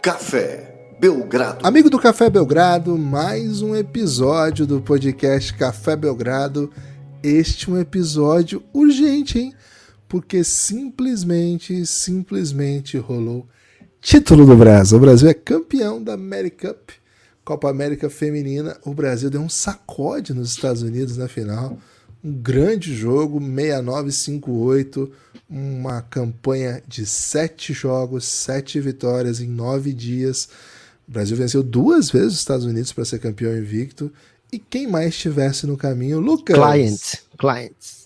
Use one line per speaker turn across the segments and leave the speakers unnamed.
Café Belgrado.
Amigo do Café Belgrado, mais um episódio do podcast Café Belgrado. Este é um episódio urgente, hein? Porque simplesmente rolou título do Brasil. O Brasil é campeão da Americup, Copa América Feminina. O Brasil deu um sacode nos Estados Unidos na final. Um grande jogo, 69-58, uma campanha de 7 jogos, 7 vitórias em 9 dias. O Brasil venceu 2 vezes os Estados Unidos para ser campeão invicto. E quem mais estivesse no caminho? Lucas.
Clients.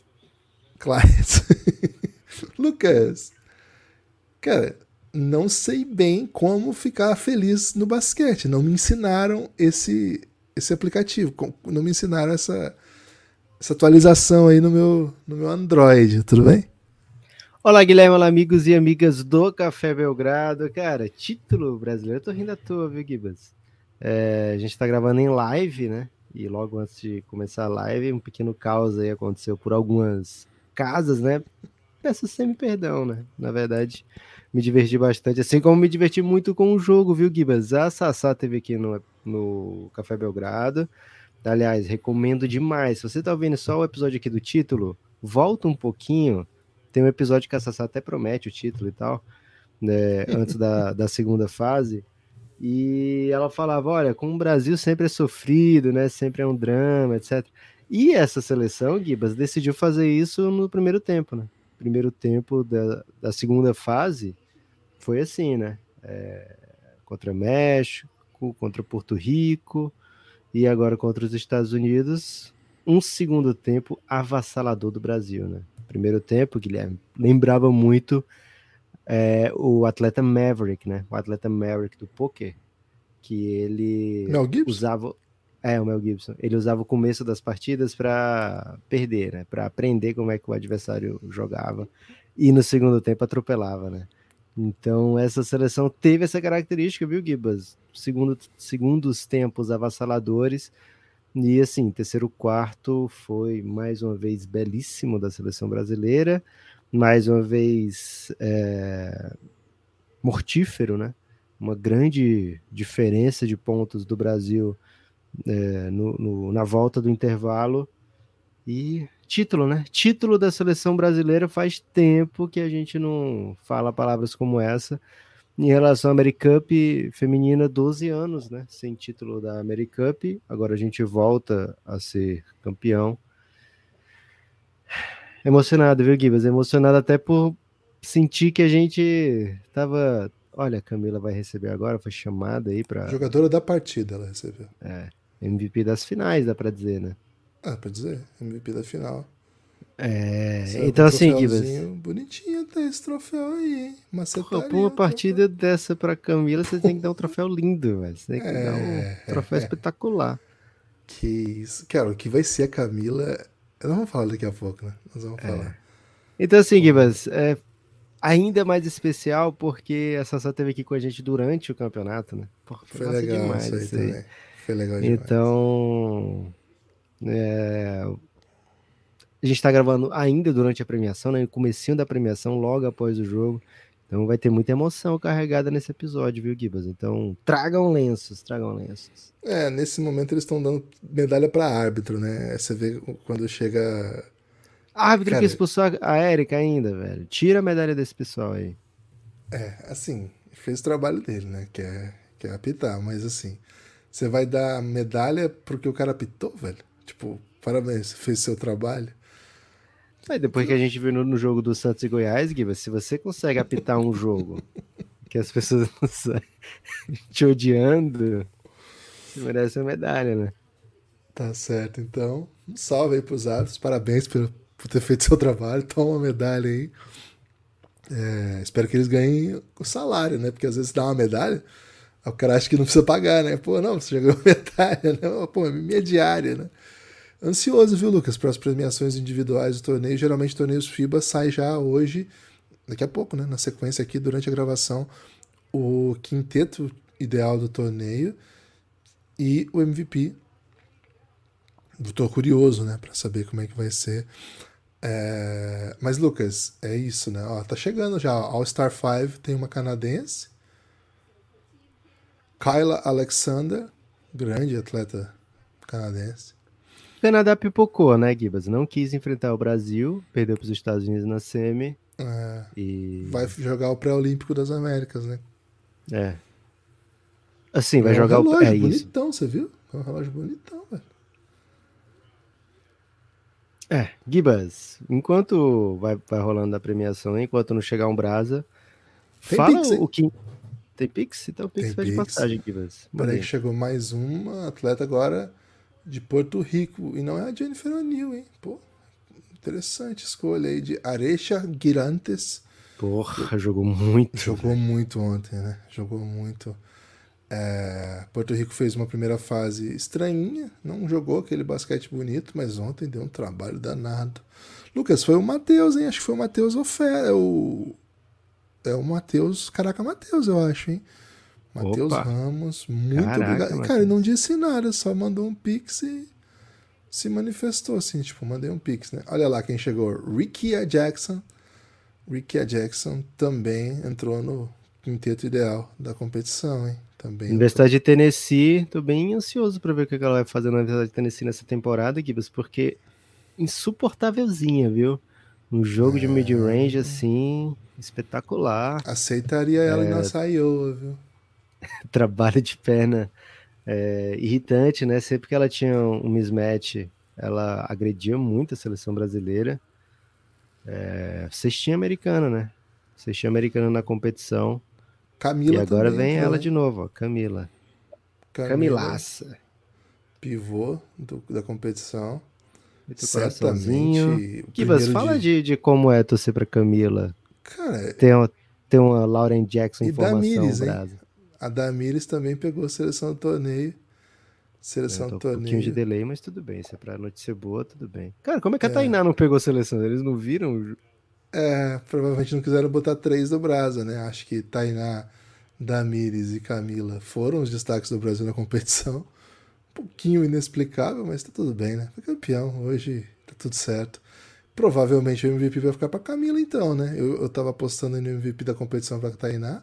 Lucas, cara, não sei bem como ficar feliz no basquete. Não me ensinaram esse aplicativo, não me ensinaram essa atualização aí no meu Android, tudo bem?
Olá, Guilherme, olá, amigos e amigas do Café Belgrado. Cara, título brasileiro, eu tô rindo à toa, viu, Gibas? A gente tá gravando em live, né? E logo antes de começar a live, um pequeno caos aí aconteceu por algumas casas, né? Peço semi-perdão, né? Na verdade, me diverti bastante, assim como me diverti muito com o jogo, viu, Gibas? A Sassá teve aqui no Café Belgrado. Aliás, recomendo demais. Se você tá ouvindo só o episódio aqui do título, volta um pouquinho. Tem um episódio que a Sassá até promete o título e tal, né, antes da segunda fase. E ela falava, olha, como o Brasil sempre é sofrido, né? Sempre é um drama, etc. E essa seleção, Gibas, decidiu fazer isso no primeiro tempo, né? Primeiro tempo da segunda fase foi assim, né? Contra México, contra Porto Rico e agora contra os Estados Unidos, um segundo tempo avassalador do Brasil, né? Primeiro tempo, Guilherme, lembrava muito o atleta Maverick, né? O atleta Maverick do poker, que ele usava... o Mel Gibson. Ele usava o começo das partidas para perder, né? Para aprender como é que o adversário jogava e no segundo tempo atropelava, né? Então essa seleção teve essa característica, viu, Gibas? Segundos tempos avassaladores. E assim, terceiro quarto foi mais uma vez belíssimo da seleção brasileira, mais uma vez mortífero, né? Uma grande diferença de pontos do Brasil na volta do intervalo. E título, né? Título da seleção brasileira. Faz tempo que a gente não fala palavras como essa. Em relação à Americup feminina, 12 anos, né? Sem título da Americup. Agora a gente volta a ser campeão. Emocionado, viu, Gibas? Emocionado até por sentir que a gente tava... Olha, a Camila vai receber agora, foi chamada aí para...
Jogadora da partida ela recebeu.
MVP das finais, dá pra dizer, né?
Pra dizer, MVP da final.
Então assim, Gibas,
bonitinho até esse troféu aí, hein?
Pra uma partida dessa pra Camila, você tem que dar um troféu lindo, velho. Você tem que dar um troféu espetacular.
Que isso. Cara, o que vai ser a Camila... Nós vamos falar daqui a pouco, né? Nós vamos falar.
Então assim, Gibas, ainda mais especial porque a Sassá esteve aqui com a gente durante o campeonato, né? Porra,
foi legal demais isso aí também. Foi legal demais.
Então... A gente tá gravando ainda durante a premiação, né? No comecinho da premiação, logo após o jogo. Então vai ter muita emoção carregada nesse episódio, viu, Gibas? Então tragam lenços.
Nesse momento eles estão dando medalha pra árbitro, né? Você vê quando chega...
Árbitro que expulsou a Érica ainda, velho. Tira a medalha desse pessoal aí.
Assim, fez o trabalho dele, né? Que é apitar, mas assim... Você vai dar medalha porque o cara apitou, velho? Tipo, parabéns, você fez seu trabalho.
Aí depois que a gente viu no jogo do Santos e Goiás, Gibas, se você consegue apitar um jogo que as pessoas não saem te odiando, você merece uma medalha, né?
Tá certo, então. Um salve aí pros árbitros, parabéns por ter feito seu trabalho, toma uma medalha aí. Espero que eles ganhem o salário, né? Porque às vezes dá uma medalha, o cara acha que não precisa pagar, né? Pô, não, você já ganhou medalha, né? Pô, é minha diária, né? Ansioso, viu, Lucas, para as premiações individuais do torneio. Geralmente torneios FIBA sai já hoje, daqui a pouco, né? Na sequência aqui, durante a gravação, o quinteto ideal do torneio e o MVP. Tô curioso, né, para saber como é que vai ser. Mas, Lucas, é isso, né? Ó, tá chegando já. All-Star 5 tem uma canadense. Kyla Alexander, grande atleta canadense.
O Canadá pipocou, né, Gibas? Não quis enfrentar o Brasil, perdeu para os Estados Unidos na semi.
Vai jogar o pré-olímpico das Américas, né?
Assim, vai
um
jogar
relógio
isso.
bonitão, você viu? É um relógio bonitão, velho.
Gibas, enquanto vai rolando a premiação, enquanto não chegar um Brasa,
Tem
fala
Pix,
o que... Tem Pix? Então Pix vai de passagem, Gibas.
Peraí que chegou mais uma atleta agora de Porto Rico. E não é a Jennifer O'Neill, hein? Pô, interessante escolha aí de Arecha Girantes.
Porra, jogou muito.
Jogou muito ontem, né? Jogou muito. Porto Rico fez uma primeira fase estranhinha, não jogou aquele basquete bonito, mas ontem deu um trabalho danado. Lucas, foi o Matheus, hein? Acho que foi o Matheus Ofer. É o Matheus. Caraca, Matheus, eu acho, hein? Matheus Ramos, muito obrigado.
Mateus.
Cara, ele não disse nada, só mandou um pix e se manifestou, assim, tipo, mandei um pix, né? Olha lá quem chegou. Ricky Jackson. Ricky Jackson também entrou no quinteto ideal da competição, hein? Também
Universidade de Tennessee, tô bem ansioso para ver o que ela vai fazer na Universidade de Tennessee nessa temporada, Gibbs, porque insuportávelzinha, viu? Um jogo de mid-range, assim, espetacular.
Aceitaria ela em nossa Iowa, viu?
Trabalho de perna irritante, né? Sempre que ela tinha um mismatch, ela agredia muito a seleção brasileira. Cestinha americana, né? Cestinha americana na competição.
Camila
e agora
também
vem
entrou,
ela
hein?
de novo, ó, Camila. Camilaça.
Pivô da competição.
Muito coraçãozinho. Kibas, fala
de...
de como é torcer pra Camila.
Cara,
tem uma Lauren Jackson em formação,
Damires,
Brasa.
A Damires também pegou a seleção do torneio. Seleção do torneio.
Um pouquinho de delay, mas tudo bem. Se é pra notícia boa, tudo bem. Cara, como é que a Tainá não pegou a seleção? Eles não viram?
Provavelmente não quiseram botar 3 do Brasa, né? Acho que Tainá, Damires e Camila foram os destaques do Brasil na competição. Um pouquinho inexplicável, mas tá tudo bem, né? Foi campeão, hoje tá tudo certo. Provavelmente o MVP vai ficar pra Camila então, né? Eu tava apostando no MVP da competição pra Tainá.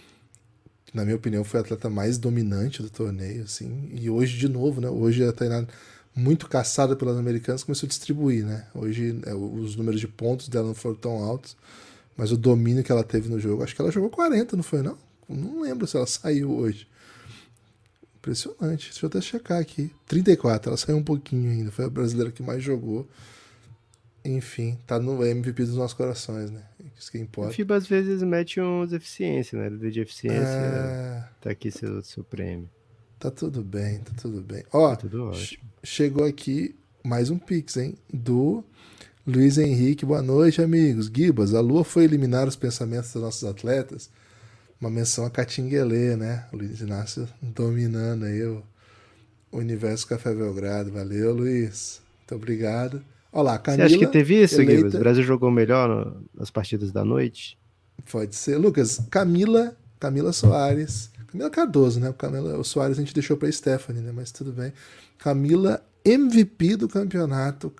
Na minha opinião, foi a atleta mais dominante do torneio, assim. E hoje, de novo, né? Hoje a Tainá, muito caçada pelas americanas, começou a distribuir, né? Hoje os números de pontos dela não foram tão altos, mas o domínio que ela teve no jogo, acho que ela jogou 40, não foi, não? Não lembro se ela saiu hoje. Impressionante. Deixa eu até checar aqui. 34, ela saiu um pouquinho ainda. Foi a brasileira que mais jogou. Enfim, tá no MVP dos nossos corações, né? Isso que importa.
O FIBA às vezes mete uns eficiência, né? De eficiência, tá aqui seu prêmio.
Tá tudo bem, tá tudo bem. Ó,
tá tudo ótimo.
Chegou aqui mais um pix, hein? Do Luiz Henrique. Boa noite, amigos. Gibas, a Lua foi eliminar os pensamentos dos nossos atletas? Uma menção a Catinguelê, né? O Luiz Inácio dominando aí o universo Café Belgrado. Valeu, Luiz. Muito obrigado. Olha lá, Camila.
Você acha que teve isso,
eleita...
Gibas? O Brasil jogou melhor nas partidas da noite?
Pode ser. Lucas, Camila Soares. Camila Cardoso, né? O Soares a gente deixou pra Stephanie, né? Mas tudo bem. Camila, MVP do campeonato.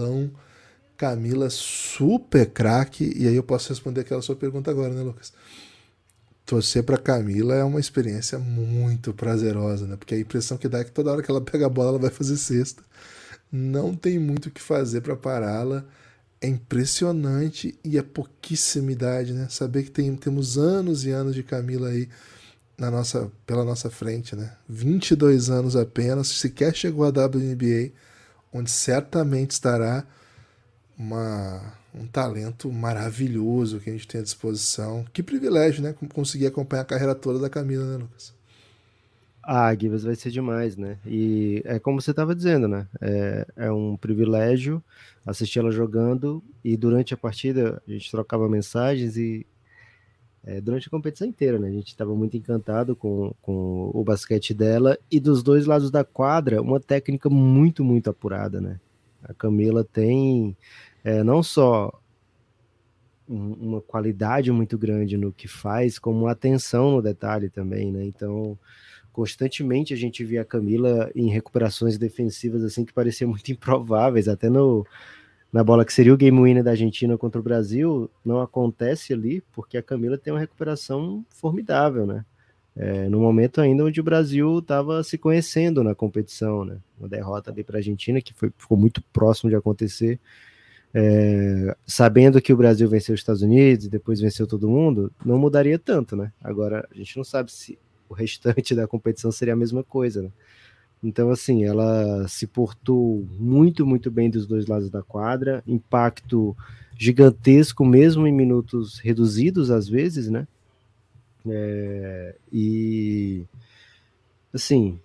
Camila, super craque. E aí eu posso responder aquela sua pergunta agora, né, Lucas? Torcer pra Camila é uma experiência muito prazerosa, né? Porque a impressão que dá é que toda hora que ela pega a bola, ela vai fazer cesta. Não tem muito o que fazer para pará-la. É impressionante e é pouquíssima idade, né? Saber que temos anos e anos de Camila aí pela nossa frente, né? 22 anos apenas, sequer chegou à WNBA, onde certamente estará um talento maravilhoso que a gente tem à disposição. Que privilégio, né? Conseguir acompanhar a carreira toda da Camila, né, Lucas?
Gibas vai ser demais, né? E é como você estava dizendo, né? É um privilégio assistir ela jogando e durante a partida a gente trocava mensagens e durante a competição inteira, né? A gente estava muito encantado com o basquete dela e dos dois lados da quadra uma técnica muito, muito apurada, né? A Camila tem não só uma qualidade muito grande no que faz, como uma atenção no detalhe também, né? Então constantemente a gente via a Camila em recuperações defensivas assim que pareciam muito improváveis, até na bola que seria o game winner da Argentina contra o Brasil, não acontece ali, porque a Camila tem uma recuperação formidável, né? no momento ainda onde o Brasil estava se conhecendo na competição, né? Uma derrota ali para a Argentina, que ficou muito próximo de acontecer. Sabendo que o Brasil venceu os Estados Unidos e depois venceu todo mundo, não mudaria tanto, né? Agora, a gente não sabe se o restante da competição seria a mesma coisa, né? Então, assim, ela se portou muito, muito bem dos dois lados da quadra, impacto gigantesco, mesmo em minutos reduzidos, às vezes, né? E, assim,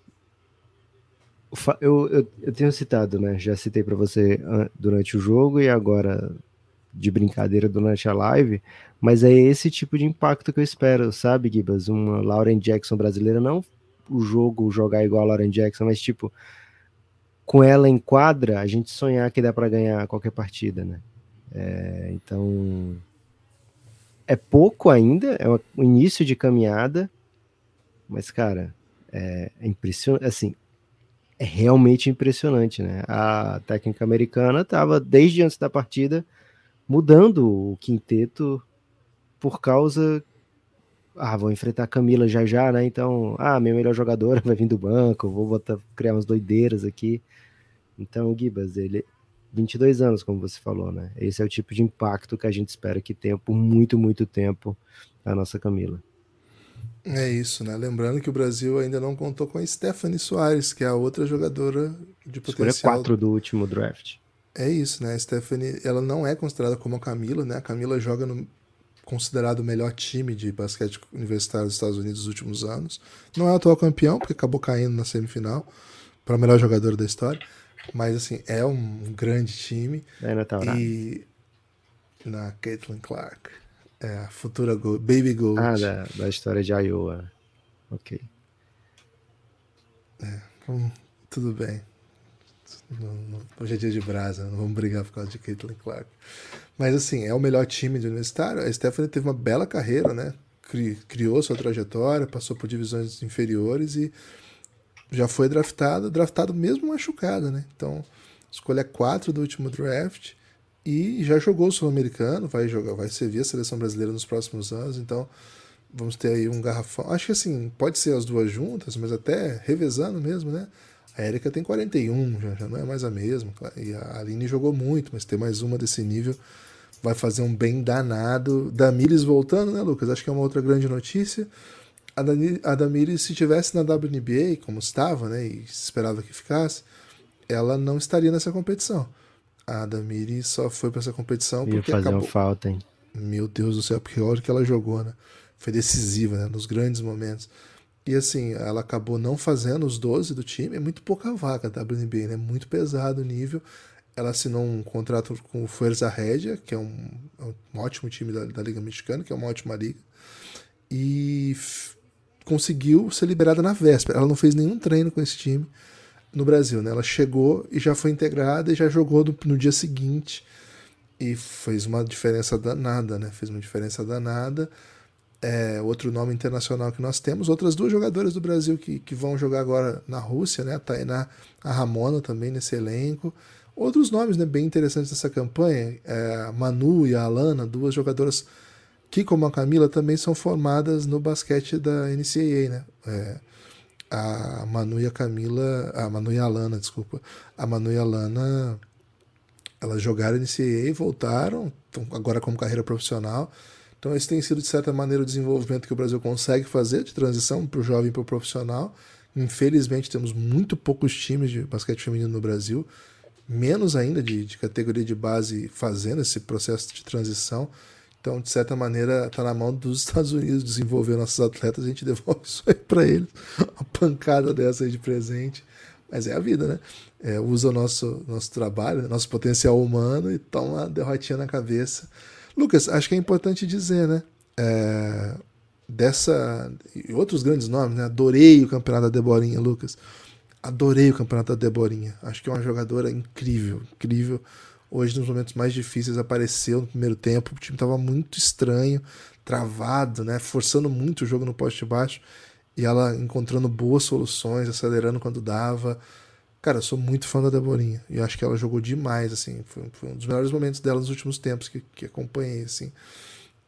eu tenho citado, né? Já citei para você durante o jogo e agora de brincadeira durante a live, mas é esse tipo de impacto que eu espero, sabe, Gibas? Uma Lauren Jackson brasileira, não o jogo jogar igual a Lauren Jackson, mas tipo, com ela em quadra, a gente sonhar que dá para ganhar qualquer partida, né? Então, é pouco ainda, é um início de caminhada, mas, cara, é impressionante, assim, é realmente impressionante, né? A técnica americana estava, desde antes da partida, mudando o quinteto por causa. Vou enfrentar a Camila já já, né? Então, minha melhor jogadora vai vir do banco, vou criar umas doideiras aqui. Então, o Gibas, ele 22 anos, como você falou, né? Esse é o tipo de impacto que a gente espera que tenha por muito, muito tempo a nossa Camila.
É isso, né? Lembrando que o Brasil ainda não contou com a Stephanie Soares, que é a outra jogadora de potencial.
Escolha 4 do último draft.
É isso, né? A Stephanie, ela não é considerada como a Camila, né? A Camila joga no considerado o melhor time de basquete universitário dos Estados Unidos nos últimos anos. Não é o atual campeão, porque acabou caindo na semifinal para a melhor jogadora da história. Mas, assim, é um grande time.
Na Taurada.
E na Caitlin Clark. É a futura Baby Gold.
Da história de Iowa. Ok.
Tudo bem. Hoje é dia de brasa, não vamos brigar por causa de Caitlin Clark. Mas assim, é o melhor time do universitário. A Stephanie teve uma bela carreira, né? Criou sua trajetória, passou por divisões inferiores e já foi draftado mesmo machucada, né? Então, escolha 4 do último draft e já jogou o Sul-Americano, vai servir a seleção brasileira nos próximos anos, então vamos ter aí um garrafão. Acho que assim, pode ser as duas juntas, mas até revezando mesmo, né? A Erika tem 41, já não é mais a mesma. E a Aline jogou muito, mas ter mais uma desse nível vai fazer um bem danado. Damires voltando, né, Lucas? Acho que é uma outra grande notícia. A Damires, se tivesse na WNBA, como estava, né, e se esperava que ficasse, ela não estaria nessa competição. A Damires só foi para essa competição porque
fazer
acabou.
Uma falta, hein?
Meu Deus do céu, porque a hora que ela jogou, né? Foi decisiva, né? Nos grandes momentos. E assim, ela acabou não fazendo os 12 do time, é muito pouca vaga da WNBA, né? Muito pesado o nível. Ela assinou um contrato com o Forza Regia, que é um ótimo time da Liga Mexicana, que é uma ótima liga. E conseguiu ser liberada na véspera. Ela não fez nenhum treino com esse time no Brasil, né? Ela chegou e já foi integrada e já jogou no dia seguinte. E fez uma diferença danada, né? Fez uma diferença danada. Outro nome internacional que nós temos, outras duas jogadoras do Brasil que vão jogar agora na Rússia, né? A Tainá, a Ramona também nesse elenco. Outros nomes, né, bem interessantes dessa campanha, a Manu e a Alana, duas jogadoras que, como a Camila, também são formadas no basquete da NCAA, né? A Manu e a Alana, desculpa. A Manu e a Alana, elas jogaram NCAA e voltaram, agora como carreira profissional. Então esse tem sido, de certa maneira, o desenvolvimento que o Brasil consegue fazer de transição para o jovem para o profissional. Infelizmente temos muito poucos times de basquete feminino no Brasil, menos ainda de categoria de base fazendo esse processo de transição. Então, de certa maneira, está na mão dos Estados Unidos desenvolver nossos atletas, a gente devolve isso aí para eles, uma pancada dessa aí de presente. Mas é a vida, né? Usa o nosso trabalho, nosso potencial humano e toma uma derrotinha na cabeça. Lucas, acho que é importante dizer, né? E outros grandes nomes, né? Adorei o campeonato da Deborinha, Lucas. Adorei o campeonato da Deborinha. Acho que é uma jogadora incrível, incrível. Hoje, nos momentos mais difíceis, apareceu no primeiro tempo. O time estava muito estranho, travado, né? Forçando muito o jogo no poste baixo. E ela encontrando boas soluções, acelerando quando dava. Cara, eu sou muito fã da Deborinha. E acho que ela jogou demais, assim. Foi um dos melhores momentos dela nos últimos tempos que acompanhei, assim.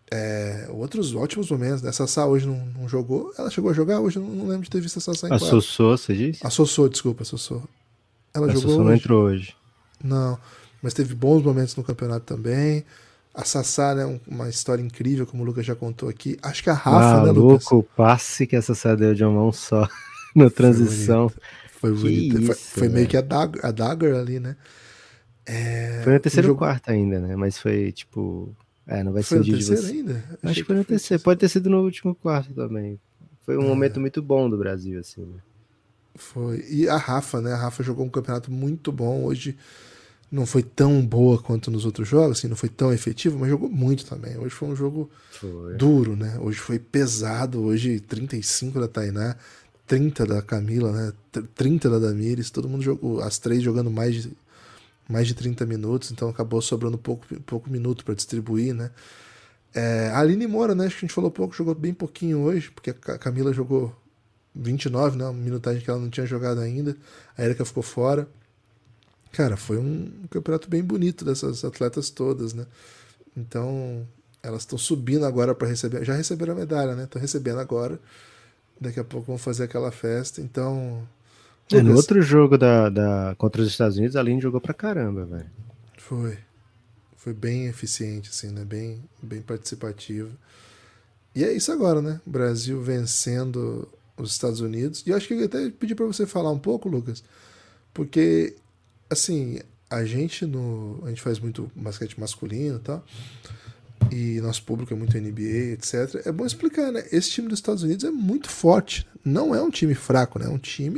Outros ótimos momentos, né? A Sassá hoje não jogou. Ela chegou a jogar hoje? Não lembro de ter visto a Sassá em
A
quadra.
Sossô, você disse?
A Sossô, desculpa, a Sossô. Ela
A
jogou
Sossô não
hoje?
entrou hoje.
Não, mas teve bons momentos no campeonato também. A Sassá, né, uma história incrível, como o Lucas já contou aqui. Acho que a Rafa, né, Lucas?
Maluco, o passe que essa Sassá deu de uma mão só na
Foi
transição.
bonita. Foi
Que
bonita. Foi
isso,
meio que
velho.
a dagger ali, né?
Foi no
Um
terceiro
jogo.
quarto ainda, né? Mas foi tipo. Não vai ser
Foi
um
no
dia de
terceiro
você.
ainda?
Acho
Achei
que foi
que
no
foi
terceiro.
terceiro.
Pode ter sido no último quarto também. Foi um momento muito bom do Brasil, assim, né?
Foi. E a Rafa, né? A Rafa jogou um campeonato muito bom. Hoje não foi tão boa quanto nos outros jogos, assim, não foi tão efetivo, mas jogou muito também. Hoje foi um jogo
Foi.
duro, né? Hoje foi pesado. Hoje 35 da Tainá, 30 da Camila, né? 30 da Damires, todo mundo jogou, as três jogando mais de 30 minutos, então acabou sobrando pouco minuto para distribuir, né? A Aline Moura, né? Acho que a gente falou pouco, jogou bem pouquinho hoje, porque a Camila jogou 29, né? Uma minutagem que ela não tinha jogado ainda. A Erika ficou fora. Cara, foi um campeonato bem bonito dessas atletas todas, né? Então, elas estão subindo agora para receber. Já receberam a medalha, né? Estão recebendo agora. Daqui a pouco vão fazer aquela festa. Então,
No
Lucas,
outro jogo contra os Estados Unidos, a Aline jogou pra caramba, velho.
foi. Foi bem eficiente, assim, né? Bem participativo. E é isso agora, né? Brasil vencendo os Estados Unidos. E eu acho que eu até pedi para você falar um pouco, Lucas, porque, assim, a gente faz muito basquete masculino e tal, e nosso público é muito NBA, etc. É bom explicar, né? Esse time dos Estados Unidos é muito forte. Não é um time fraco, né?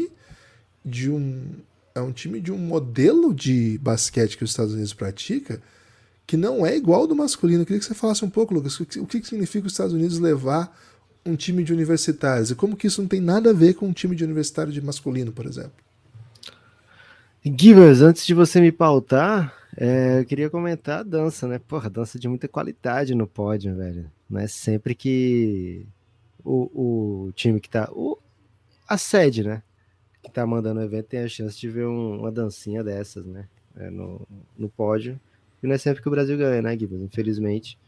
De um é um time de um modelo de basquete que os Estados Unidos pratica que não é igual ao do masculino. Eu queria que você falasse um pouco, Lucas, o que significa os Estados Unidos levar um time de universitários e como que isso não tem nada a ver com um time de universitário de masculino, por exemplo.
Givers, antes de você me pautar, eu queria comentar a dança, né? Porra, dança de muita qualidade no pódio, velho. Não é sempre que o time que tá. A sede, né? Que tá mandando o evento tem a chance de ver uma dancinha dessas, né? No pódio. E não é sempre que o Brasil ganha, né, Givers? Infelizmente.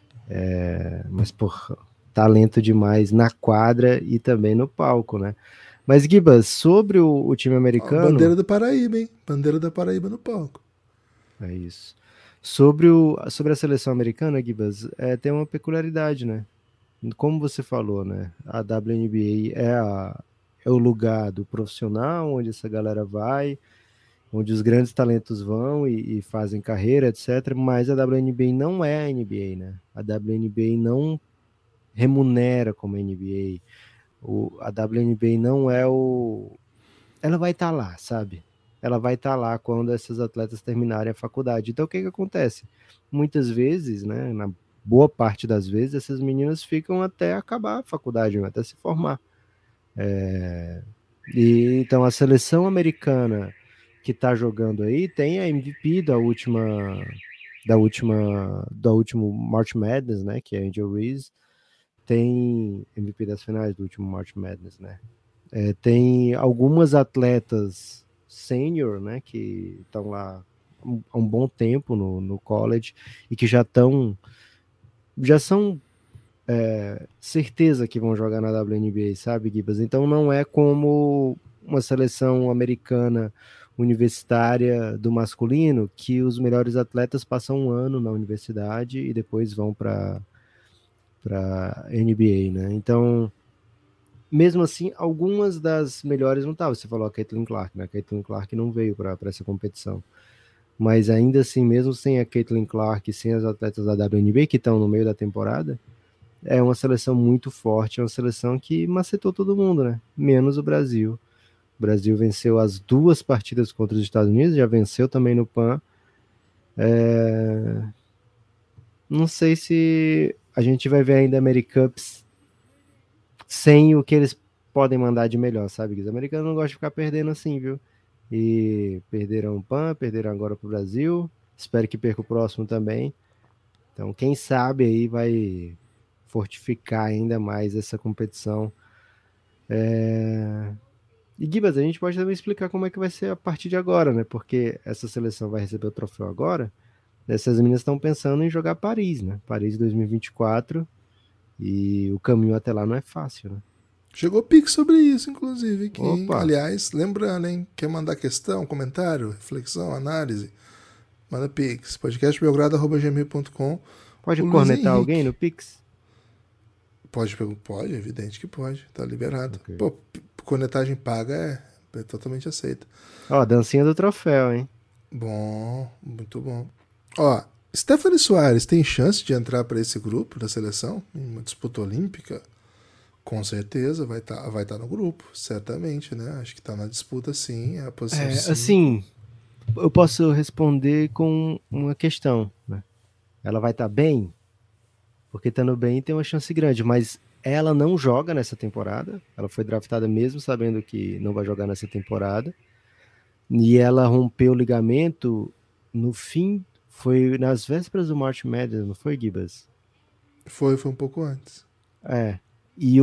Mas, porra, talento demais na quadra e também no palco, né? Mas, Gibas, sobre o time
Ó, bandeira
americano,
do Paraíba, hein? Bandeira da Paraíba no palco.
é isso. Sobre a seleção americana, Gibas, tem uma peculiaridade, né? Como você falou, né? A WNBA é o lugar do profissional, onde essa galera vai, onde os grandes talentos vão e fazem carreira, etc. Mas a WNBA não é a NBA, né? A WNBA não remunera como a NBA. A WNBA não é o. Ela vai estar lá, sabe? Ela vai estar lá quando essas atletas terminarem a faculdade. Então, o que acontece? Muitas vezes, né, na boa parte das vezes, essas meninas ficam até acabar a faculdade, até se formar. E então a seleção americana que está jogando aí tem a MVP da último March Madness, né, que é a Angel Reese, tem MVP das finais do último March Madness, né? Tem algumas atletas sênior, né, que estão lá há um bom tempo no college e que já são certeza que vão jogar na WNBA, sabe, Gibas? Então não é como uma seleção americana universitária do masculino que os melhores atletas passam um ano na universidade e depois vão para NBA, né? Então, mesmo assim, algumas das melhores não estavam. Você falou a Caitlin Clark, né? A Caitlin Clark não veio para essa competição. Mas ainda assim, mesmo sem a Caitlin Clark e sem as atletas da WNBA que estão no meio da temporada, é uma seleção muito forte, é uma seleção que macetou todo mundo, né? Menos o Brasil. O Brasil venceu as duas partidas contra os Estados Unidos, já venceu também no PAN. Não sei se a gente vai ver ainda Americups sem o que eles podem mandar de melhor, sabe? Os americanos não gostam de ficar perdendo assim, viu? E perderam o PAN, perderam agora para o Brasil. Espero que perca o próximo também. Então, quem sabe aí vai fortificar ainda mais essa competição. E Gibas, a gente pode também explicar como é que vai ser a partir de agora, né? Porque essa seleção vai receber o troféu agora, Essas meninas estão pensando em jogar Paris, né? Paris 2024. E o caminho até lá não é fácil, né?
Chegou Pix sobre isso, inclusive, aqui, hein?
Opa,
Aliás, lembrando, hein? Quer mandar questão, comentário, reflexão, análise? Manda Pix. podcastbelgrado.gmail.com.
pode
O Luiz
cornetar alguém
Henrique.
no Pix?
Pode, é evidente que pode. Tá liberado.
Ok.
Pô, cornetagem paga é totalmente aceita.
Ó, dancinha do troféu, hein?
Bom, muito bom. Ó, Stephanie Soares tem chance de entrar para esse grupo da seleção? Em uma disputa olímpica? Com certeza, vai tá no grupo, certamente, né? Acho que tá na disputa sim, é a posição 5.
Assim, eu posso responder com uma questão, né? Ela vai estar bem? Porque estando bem tem uma chance grande, mas ela não joga nessa temporada. Ela foi draftada mesmo sabendo que não vai jogar nessa temporada. E ela rompeu o ligamento no fim, foi nas vésperas do March Madness, não foi, Gibas?
Foi um pouco antes.
É. E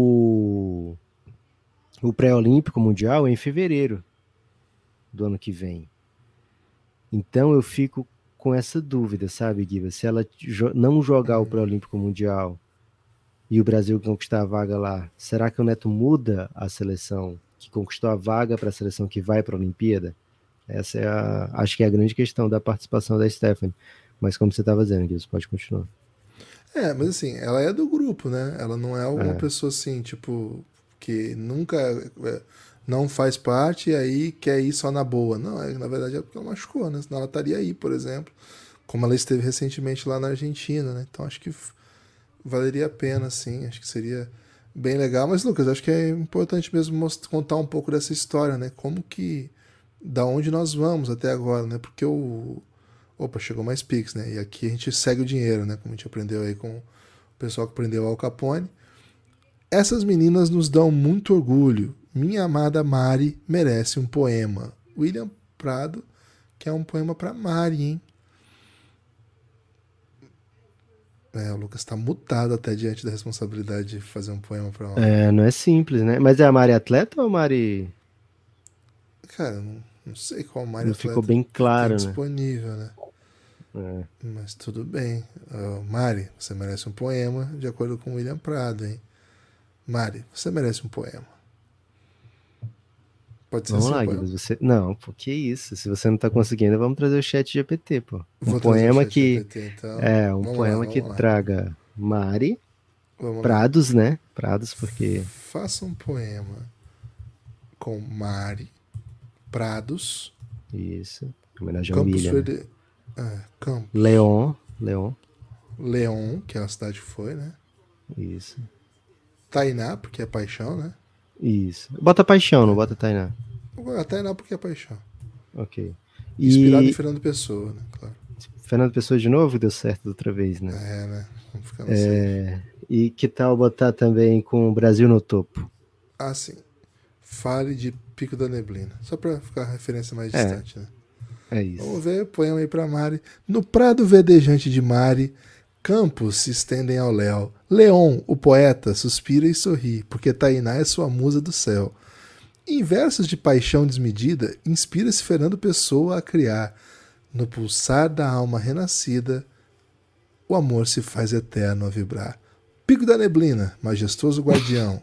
o pré-olímpico mundial é em fevereiro do ano que vem. Então eu fico com essa dúvida, sabe, Gibas? Se ela não jogar o pré-olímpico mundial e o Brasil conquistar a vaga lá, será que o Neto muda a seleção que conquistou a vaga para a seleção que vai para a Olimpíada? Essa é acho que é a grande questão da participação da Stephanie. Mas como você estava dizendo, Gibas, pode continuar.
Mas assim, ela é do grupo, né? Ela não é uma pessoa assim, tipo, que nunca não faz parte e aí quer ir só na boa. Não, na verdade é porque ela machucou, né? Senão ela estaria aí, por exemplo. Como ela esteve recentemente lá na Argentina, né? Então acho que valeria a pena, sim. Acho que seria bem legal. Mas, Lucas, acho que é importante mesmo contar um pouco dessa história, né? Como que... Da onde nós vamos até agora, né? Porque Opa, chegou mais Pix, né? E aqui a gente segue o dinheiro, né? Como a gente aprendeu aí com o pessoal que aprendeu Al Capone. Essas meninas nos dão muito orgulho. Minha amada Mari merece um poema. William Prado, que é um poema para Mari, hein? O Lucas tá mutado até diante da responsabilidade de fazer um poema para Mari.
Não é simples, né? Mas é a Mari atleta ou a Mari...
Cara, não sei qual Mari
não
atleta
ficou bem claro,
tem
né?
disponível, né? Mas tudo bem. Mari, você merece um poema de acordo com William Prado, hein? Mari, você merece um poema. Pode ser
Vamos
assim,
lá,
poema?
Guilherme. Não, pô, que isso? Se você não tá conseguindo, vamos trazer o chat GPT, pô.
Vou trazer o chat GPT, então.
Um
Vamos
poema
lá,
que
vamos lá.
traga Mari,
Vamos
Prados,
lá.
né? Prados, porque...
Faça um poema com Mari, Prados.
Isso. Em homenagem ao
Campos
William.
Verde. Campos.
Leon.
Leon, que é a cidade que foi, né?
Isso.
Tainá, porque é paixão, né?
Isso. Bota paixão, não bota Tainá.
Tainá, porque é paixão.
Ok.
Inspirado em Fernando Pessoa, né? Claro.
Fernando Pessoa de novo deu certo da outra vez, né?
Né? Vamos ficar no safe.
E que tal botar também com o Brasil no topo?
Sim. Fale de Pico da Neblina. Só pra ficar a referência mais distante, né?
É isso.
Vamos ver, poema aí pra Mari. No prado verdejante de Mari, campos se estendem ao léu. Leon, o poeta, suspira e sorri, porque Tainá é sua musa do céu. Em versos de paixão desmedida, inspira-se Fernando Pessoa a criar. No pulsar da alma renascida, o amor se faz eterno a vibrar. Pico da neblina, majestoso guardião,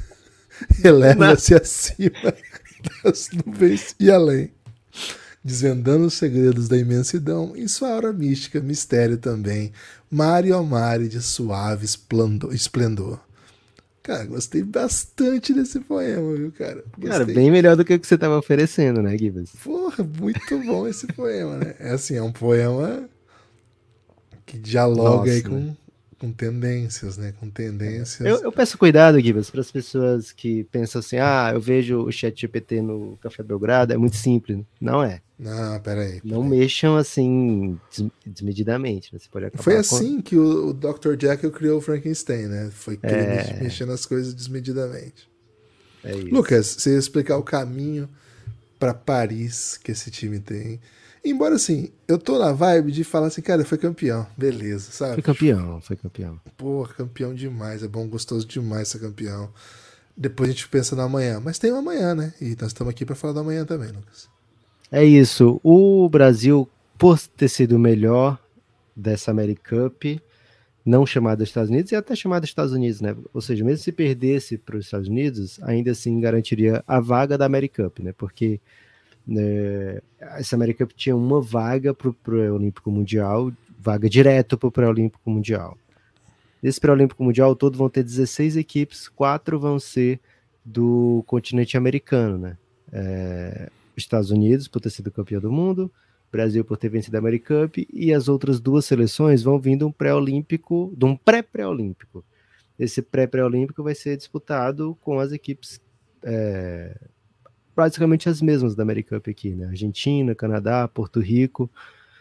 eleva-se acima das nuvens e além, desvendando os segredos da imensidão, em sua aura mística, mistério também, Mari, ó Mari, de suave esplendor. Cara, gostei bastante desse poema, viu, cara? Gostei.
Cara, bem melhor do que o que você tava oferecendo, né, Gibas?
Porra, muito bom esse poema, né? É um poema que dialoga aí com tendências, né? Com tendências.
Eu peço cuidado, Gibas, para as pessoas que pensam assim, eu vejo o chat GPT no Café Belgrado, é muito simples. Não é.
Não, peraí.
Não mexam assim desmedidamente, né? Você pode acabar
Foi assim que o Dr. Jekyll criou o Frankenstein, né? Foi mexendo as coisas desmedidamente.
É isso.
Lucas, você ia explicar o caminho para Paris que esse time tem. Embora assim, eu tô na vibe de falar assim, cara, foi campeão, beleza, sabe?
Foi campeão.
Porra, campeão demais, é bom, gostoso demais ser campeão. Depois a gente pensa no amanhã, mas tem um amanhã, né? E nós estamos aqui para falar do amanhã também, Lucas.
É isso. O Brasil por ter sido o melhor dessa American Cup, não chamada Estados Unidos, e até chamada Estados Unidos, né? Ou seja, mesmo se perdesse para os Estados Unidos, ainda assim garantiria a vaga da American Cup, né? Porque essa American Cup tinha uma vaga para o pré-olímpico mundial, vaga direto para o pré-olímpico mundial. Nesse pré-olímpico mundial todo vão ter 16 equipes, 4 vão ser do continente americano, né? Estados Unidos por ter sido campeão do mundo, Brasil por ter vencido a American Cup, e as outras 2 seleções vão vir de um pré-olímpico, de um pré-pré-olímpico. Esse pré-pré-olímpico vai ser disputado com as equipes praticamente as mesmas da American Cup aqui, né? Argentina, Canadá, Porto Rico,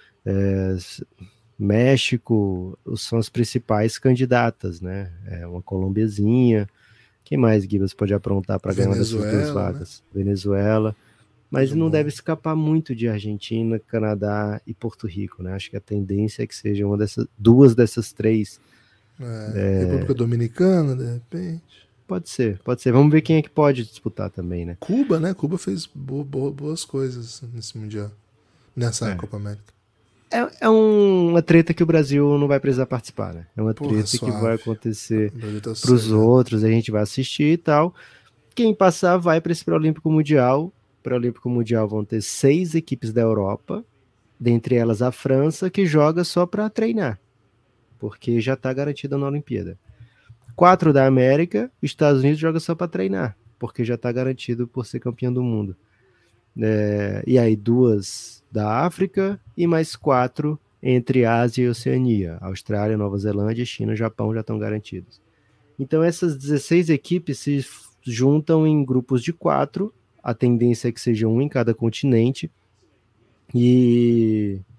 México, são as principais candidatas, né? Uma colombiazinha. Quem mais, Guibas, pode aprontar para ganhar dessas 2 vagas? Né? Venezuela. Mas não deve escapar muito de Argentina, Canadá e Porto Rico, né? Acho que a tendência é que seja 2 dessas 3.
República Dominicana, de repente.
Pode ser. Vamos ver quem é que pode disputar também, né?
Cuba, né? Cuba fez boas coisas nesse Mundial, nessa Copa América.
É uma treta que o Brasil não vai precisar participar, né? É uma treta suave. Que vai acontecer para os outros, a gente vai assistir e tal. Quem passar vai para esse pré-olímpico mundial. Pré-olímpico mundial vão ter 6 equipes da Europa, dentre elas a França, que joga só para treinar, porque já está garantida na Olimpíada. 4 da América, Estados Unidos joga só para treinar, porque já está garantido por ser campeão do mundo. E aí 2 da África e mais 4 entre Ásia e Oceania. Austrália, Nova Zelândia, China e Japão já estão garantidos. Então essas 16 equipes se juntam em grupos de 4, a tendência é que seja um em cada continente, e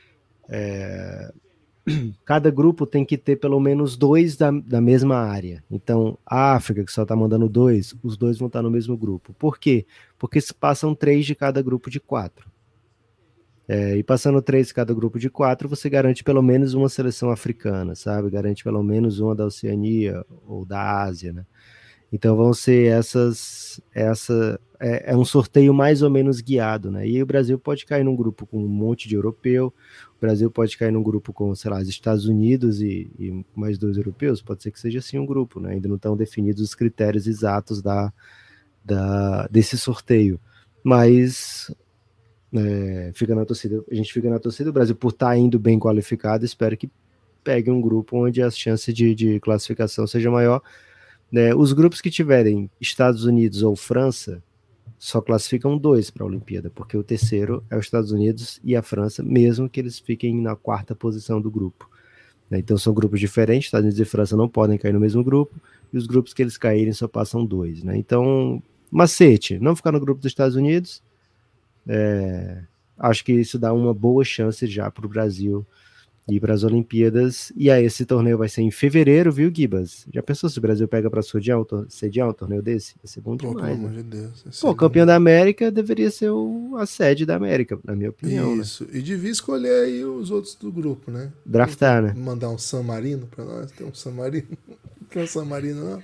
cada grupo tem que ter pelo menos 2 da mesma área. Então, a África, que só está mandando 2, os 2 vão estar no mesmo grupo. Por quê? Porque se passam 3 de cada grupo de 4. E passando 3 de cada grupo de 4, você garante pelo menos uma seleção africana, sabe? Garante pelo menos uma da Oceania ou da Ásia, né? Então vão ser é um sorteio mais ou menos guiado, né? E o Brasil pode cair num grupo com um monte de europeu, o Brasil pode cair num grupo com, sei lá, os Estados Unidos e mais 2 europeus, pode ser que seja assim um grupo, né? Ainda não estão definidos os critérios exatos desse sorteio, mas fica na torcida, a gente fica na torcida, o Brasil por estar indo bem qualificado, espero que pegue um grupo onde a chance de classificação seja maior. Os grupos que tiverem Estados Unidos ou França só classificam 2 para a Olimpíada, porque o terceiro é os Estados Unidos e a França, mesmo que eles fiquem na 4ª posição do grupo. Então são grupos diferentes, Estados Unidos e França não podem cair no mesmo grupo, e os grupos que eles caírem só passam 2. Então, macete, não ficar no grupo dos Estados Unidos, acho que isso dá uma boa chance já para o Brasil ir para as Olimpíadas, e aí esse torneio vai ser em fevereiro, viu, Gibas? Já pensou se o Brasil pega para sediar um torneio desse? Vai ser bom demais.
Pelo amor de Deus.
Campeão da América deveria ser a sede da América, na minha opinião.
Isso, né? E devia escolher aí os outros do grupo, né?
Draftar, né?
Mandar um San Marino para nós, tem um San Marino. Não quer um San Marino, não?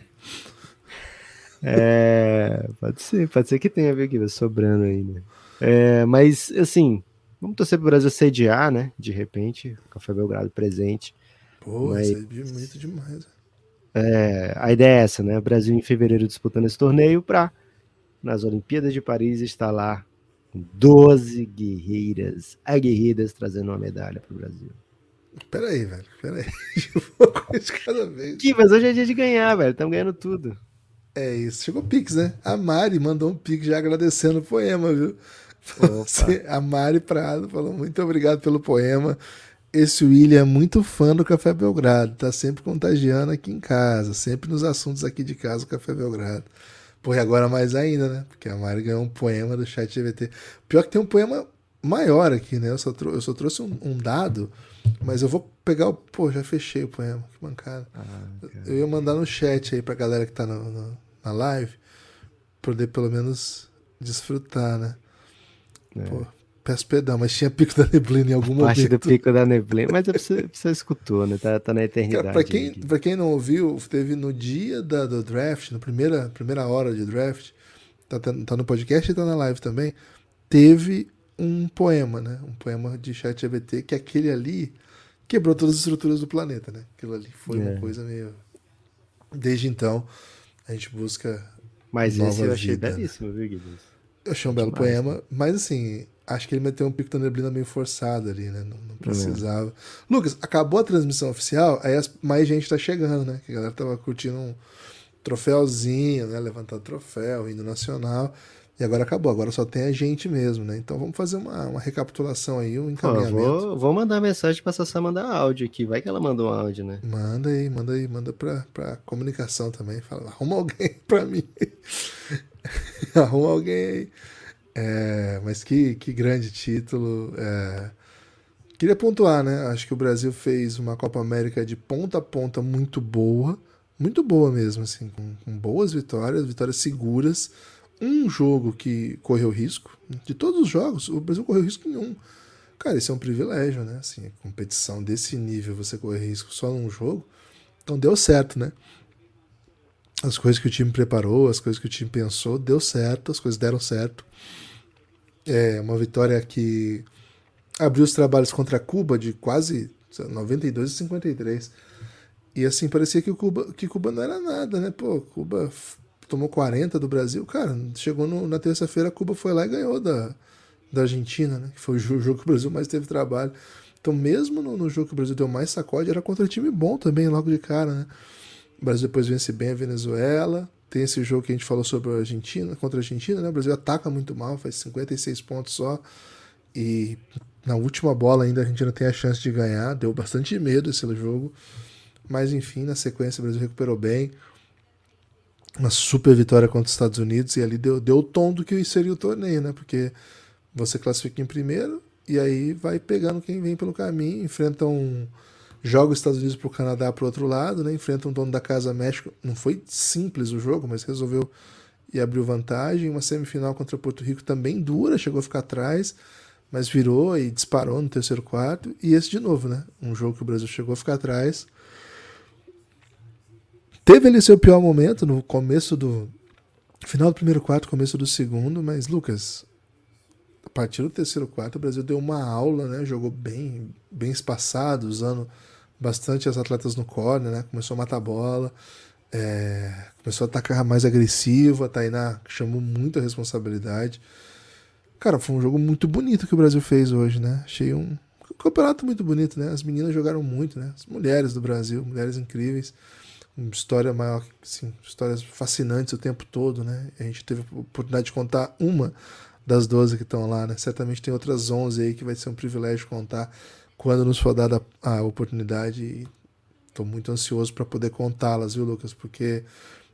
Pode ser que tenha, viu, Gibas, sobrando ainda. Mas, assim, vamos torcer pro Brasil sediar, né? De repente, Café Belgrado presente.
Mas isso é bonito demais.
A ideia é essa, né? O Brasil em fevereiro disputando esse torneio para, nas Olimpíadas de Paris, estar lá com 12 guerreiras aguerridas trazendo uma medalha pro Brasil.
Peraí, velho. Uma coisa de cada vez.
Mas hoje é dia de ganhar, velho. Estamos ganhando tudo.
É isso. Chegou o Pix, né? A Mari mandou um Pix já agradecendo o poema, viu? A Mari Prado falou: muito obrigado pelo poema. Esse William é muito fã do Café Belgrado, tá sempre contagiando aqui em casa, sempre nos assuntos aqui de casa, o Café Belgrado. Pô, e agora mais ainda, né? Porque a Mari ganhou um poema do ChatGPT. Pior que tem um poema maior aqui, né? Eu só trouxe um dado, mas eu vou pegar o... Pô, já fechei o poema, que mancada. Eu ia mandar no chat aí pra galera que tá na live, poder pelo menos desfrutar, né? Pô, peço perdão, mas tinha Pico da Neblina em algum momento.
Parte do Pico da Neblina, mas você escutou, né? Tá na eternidade.
Cara, pra quem não ouviu, teve no dia do draft, na primeira hora de draft, tá no podcast e tá na live também, teve um poema, né? Um poema de ChatGPT, que aquele ali quebrou todas as estruturas do planeta, né? Aquilo ali foi uma coisa meio... Desde então, a gente busca
Mas
nova
esse eu achei
vida,
belíssimo, viu, Gibbs?
Eu achei um belo poema, mas assim, acho que ele meteu um pico da neblina meio forçado ali, né? Não precisava. Lucas, acabou a transmissão oficial, aí mais gente tá chegando, né? Que a galera tava curtindo um troféuzinho, né? Levantando troféu, hino nacional. E agora acabou, agora só tem a gente mesmo, né? Então vamos fazer uma recapitulação aí, um encaminhamento.
Vou mandar mensagem pra Sassá mandar áudio aqui. Vai que ela mandou um áudio, né?
Manda pra comunicação também. Fala, arruma alguém pra mim. Arruma alguém aí. Mas que grande título. Queria pontuar, né? Acho que o Brasil fez uma Copa América de ponta a ponta muito boa mesmo, assim, com boas vitórias seguras. Um jogo que correu risco. De todos os jogos, o Brasil correu risco nenhum. Cara, isso é um privilégio, né? Assim, competição desse nível, você correr risco só num jogo. Então deu certo, né? As coisas que o time preparou, as coisas que o time pensou, deu certo, as coisas deram certo. É uma vitória que abriu os trabalhos contra Cuba de quase 92 a 53. E assim, parecia que Cuba não era nada, né? Pô, Cuba tomou 40 do Brasil. Cara, chegou na terça-feira, Cuba foi lá e ganhou da Argentina, né? Que foi o jogo que o Brasil mais teve trabalho. Então, mesmo no jogo que o Brasil deu mais sacode, era contra time bom também, logo de cara, né? O Brasil depois vence bem a Venezuela. Tem esse jogo que a gente falou sobre a Argentina, contra a Argentina, né? O Brasil ataca muito mal, faz 56 pontos só. E na última bola ainda a Argentina tem a chance de ganhar. Deu bastante medo esse jogo. Mas enfim, na sequência o Brasil recuperou bem. Uma super vitória contra os Estados Unidos. E ali deu o tom do que seria o torneio, né? Porque você classifica em primeiro e aí vai pegando quem vem pelo caminho. Joga os Estados Unidos para o Canadá para o outro lado, né? Enfrenta um dono da casa México. Não foi simples o jogo, mas resolveu e abriu vantagem. Uma semifinal contra Porto Rico também dura, chegou a ficar atrás, mas virou e disparou no terceiro quarto. E esse de novo, né? Um jogo que o Brasil chegou a ficar atrás. Teve ali seu pior momento no começo do... final do primeiro quarto, começo do segundo, mas, Lucas, a partir do terceiro quarto, o Brasil deu uma aula, né? Jogou bem espaçado, usando bastante as atletas no corner, né? Começou a matar a bola, começou a atacar mais agressivo. A Tainá chamou muita responsabilidade. Cara, foi um jogo muito bonito que o Brasil fez hoje, né? Achei um campeonato muito bonito, né? As meninas jogaram muito, né? As mulheres do Brasil, mulheres incríveis. Uma história maior, assim, histórias fascinantes o tempo todo, né? A gente teve a oportunidade de contar uma das 12 que estão lá, né? Certamente tem outras 11 aí que vai ser um privilégio contar quando nos for dada a oportunidade. E estou muito ansioso para poder contá-las, viu, Lucas? Porque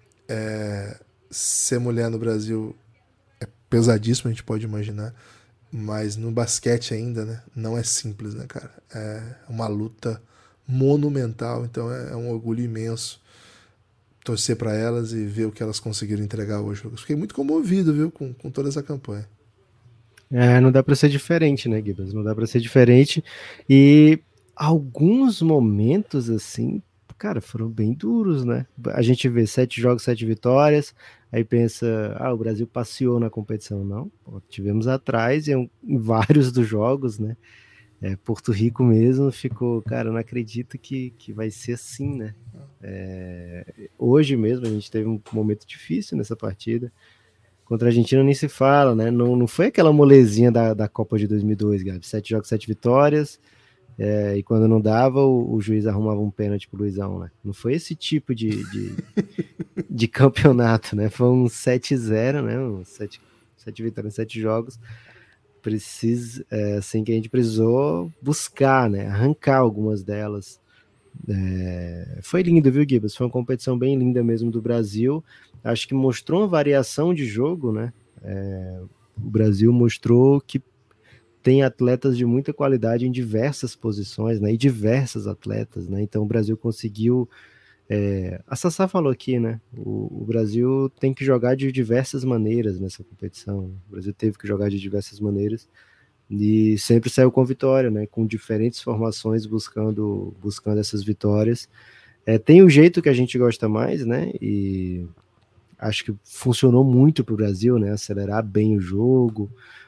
ser mulher no Brasil é pesadíssimo, a gente pode imaginar, mas no basquete ainda, né? Não é simples, né, cara? É uma luta monumental, então é um orgulho imenso torcer para elas e ver o que elas conseguiram entregar hoje. Eu fiquei muito comovido, viu, com toda essa campanha.
Não dá para ser diferente, né, Gibbs? Não dá para ser diferente. E alguns momentos, assim, cara, foram bem duros, né? A gente vê 7 jogos, 7 vitórias, aí pensa, o Brasil passeou na competição. Não, tivemos atrás em vários dos jogos, né? Porto Rico mesmo ficou, cara, não acredito que vai ser assim, né? Hoje mesmo a gente teve um momento difícil nessa partida. Contra a Argentina nem se fala, né? Não foi aquela molezinha da Copa de 2002, Gabi. 7 jogos, 7 vitórias. E quando não dava, o juiz arrumava um pênalti pro Luizão, né? Não foi esse tipo de campeonato, né? Foi um 7-0, né? 7 vitórias em 7 jogos. Assim que a gente precisou buscar, né? Arrancar algumas delas. Foi lindo, viu, Gibbs? Foi uma competição bem linda mesmo do Brasil. Acho que mostrou uma variação de jogo, né? O Brasil mostrou que tem atletas de muita qualidade em diversas posições, né? E diversas atletas, né? Então o Brasil conseguiu... a Sassá falou aqui, né? O Brasil tem que jogar de diversas maneiras nessa competição. O Brasil teve que jogar de diversas maneiras e sempre saiu com vitória, né? Com diferentes formações buscando essas vitórias. Tem o jeito que a gente gosta mais, né? E acho que funcionou muito para o Brasil, né? Acelerar bem o jogo,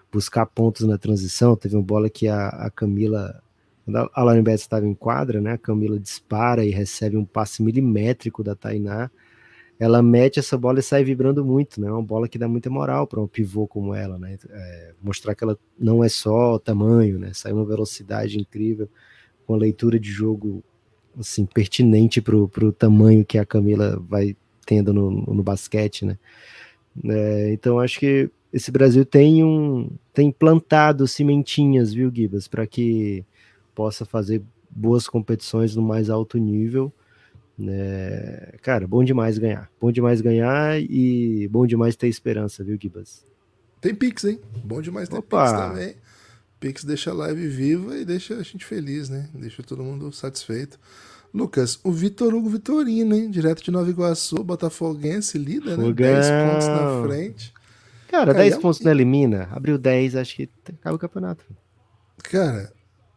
buscar pontos na transição. Teve uma bola que a Camila, quando a Lauren Betts estava em quadra, né, a Camila dispara e recebe um passe milimétrico da Tainá. Ela mete essa bola e sai vibrando muito, né? É uma bola que dá muita moral para um pivô como ela, né? Mostrar que ela não é só tamanho, né? Sai uma velocidade incrível, com a leitura de jogo assim, pertinente para o tamanho que a Camila vai tendo no basquete, né? Então acho que esse Brasil tem plantado cimentinhas, viu, Gibas, para que possa fazer boas competições no mais alto nível. Cara, bom demais ganhar e bom demais ter esperança, viu, Gibas?
Tem Pix, hein? Bom demais ter Pix também. Pix deixa a live viva e deixa a gente feliz, né? Deixa todo mundo satisfeito. Lucas, o Vitor Hugo Vitorino, hein? Direto de Nova Iguaçu, botafoguense, líder, né? 10 pontos na frente.
Cara, 10 pontos não elimina. Abriu 10, acho que acaba o campeonato.
Cara,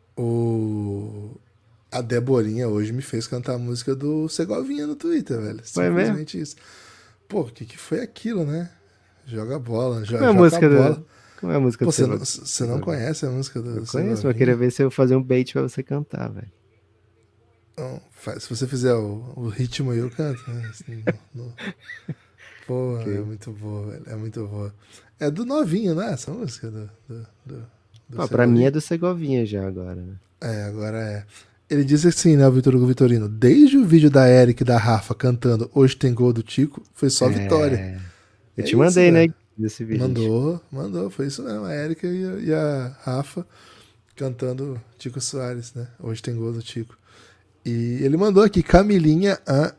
a Deborinha hoje me fez cantar a música do Segovinha no Twitter, velho.
Foi
simplesmente
mesmo?
Isso. Pô, o que foi aquilo, né? Joga bola, joga
a música
bola.
Como é a música
do
Você
não conhece a música do
Eu conheço, mas eu queria ver se eu fazer um bait pra você cantar, velho.
Se você fizer o ritmo aí, eu canto, né? Assim, Pô, okay. É muito boa, velho. É muito boa. É do Novinho, né? Essa música do
pra mim é do Segovinha já agora, né?
Agora é. Ele disse assim, né, o Vitor Hugo Vitorino, desde o vídeo da Eric e da Rafa cantando Hoje Tem Gol do Tico, foi só vitória.
Eu te mandei, isso, né, desse vídeo.
Mandou, foi isso mesmo, a Eric e a Rafa cantando Tico Soares, né, Hoje Tem Gol do Tico. E ele mandou aqui, Camilinha,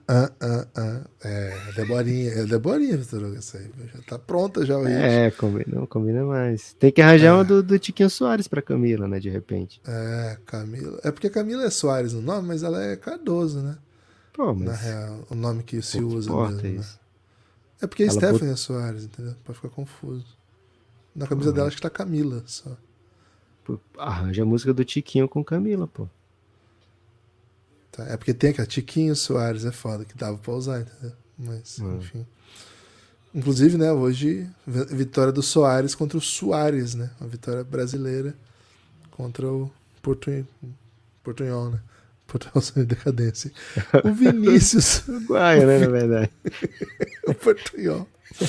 Deborinha, Vitor Hugo, essa aí, já tá pronta já o hit.
Não combina mais. Tem que arranjar uma do Tiquinho Soares pra Camila, né, de repente.
Camila. É porque a Camila é Soares no nome, mas ela é Cardoso, né?
Pô, mas...
Na real, o nome que se usa mesmo,
isso.
Né? É porque a Stephanie é Soares, entendeu? Pode ficar confuso. Na camisa dela acho que tá Camila só.
Pô, arranja a música do Tiquinho com Camila, pô.
Tá, é porque tem aquela Tiquinho Soares, é foda, que dava pra usar, entendeu? Mas, enfim. Inclusive, né, hoje, vitória do Soares contra o Soares, né? Uma vitória brasileira contra o Portunhol, né? Portunhol em decadência. O Vinícius.
Uruguaio, né, na verdade.
O Portunhol.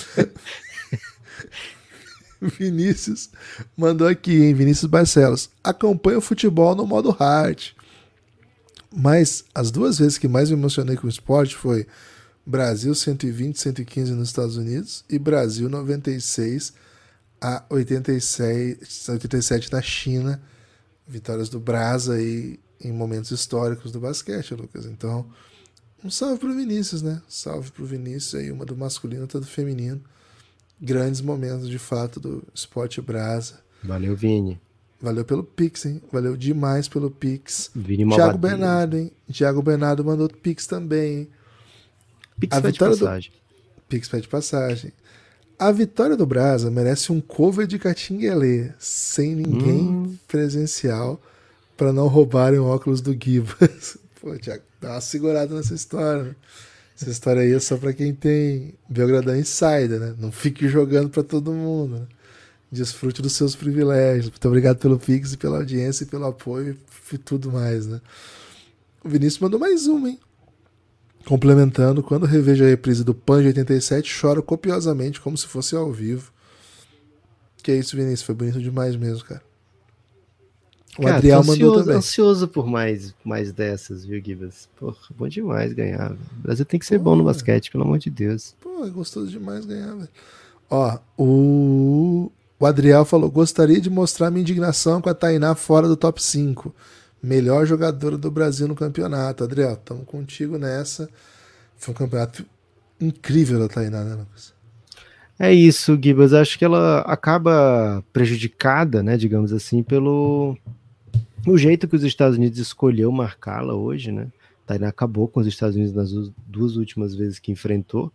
Vinícius mandou aqui, hein? Vinícius Barcelos. Acompanha o futebol no modo hard. Mas as duas vezes que mais me emocionei com o esporte foi Brasil 120, 115 nos Estados Unidos e Brasil 96 a 87 na China. Vitórias do Brasa aí em momentos históricos do basquete, Lucas. Então, um salve pro Vinícius, né? Salve pro Vinícius aí, uma do masculino, outra do feminino. Grandes momentos, de fato, do esporte Brasa.
Valeu, Vini.
Valeu pelo Pix, hein? Valeu demais pelo Pix.
Thiago
Bernardo, hein? Thiago Bernardo mandou Pix também, hein?
Pix pede passagem.
Pix pede passagem. A vitória do Brasa merece um cover de Catinguelê, sem ninguém presencial, para não roubarem o óculos do Gibas. Pô, Thiago, dá uma segurada nessa história, né? Essa história aí é só para quem tem Belgradão Insider, né? Não fique jogando para todo mundo, né? Desfrute dos seus privilégios. Muito obrigado pelo Pix e pela audiência e pelo apoio e tudo mais, né? O Vinícius mandou mais uma, hein? Complementando, quando revejo a reprise do Pan de 87, choro copiosamente como se fosse ao vivo. Que é isso, Vinícius? Foi bonito demais mesmo, cara. O Adriel mandou também.
Ansioso por mais dessas, viu, Gibas? Porra, bom demais ganhar. Véio. O Brasil tem que ser bom no basquete, pelo amor de Deus.
Pô, é gostoso demais ganhar, velho. Ó, o Adriel falou, gostaria de mostrar minha indignação com a Tainá fora do top 5. Melhor jogadora do Brasil no campeonato. Adriel, estamos contigo nessa. Foi um campeonato incrível da Tainá, né, Lucas?
É isso, Gibas. Acho que ela acaba prejudicada, né, digamos assim, pelo o jeito que os Estados Unidos escolheu marcá-la hoje, né? A Tainá acabou com os Estados Unidos nas duas últimas vezes que enfrentou.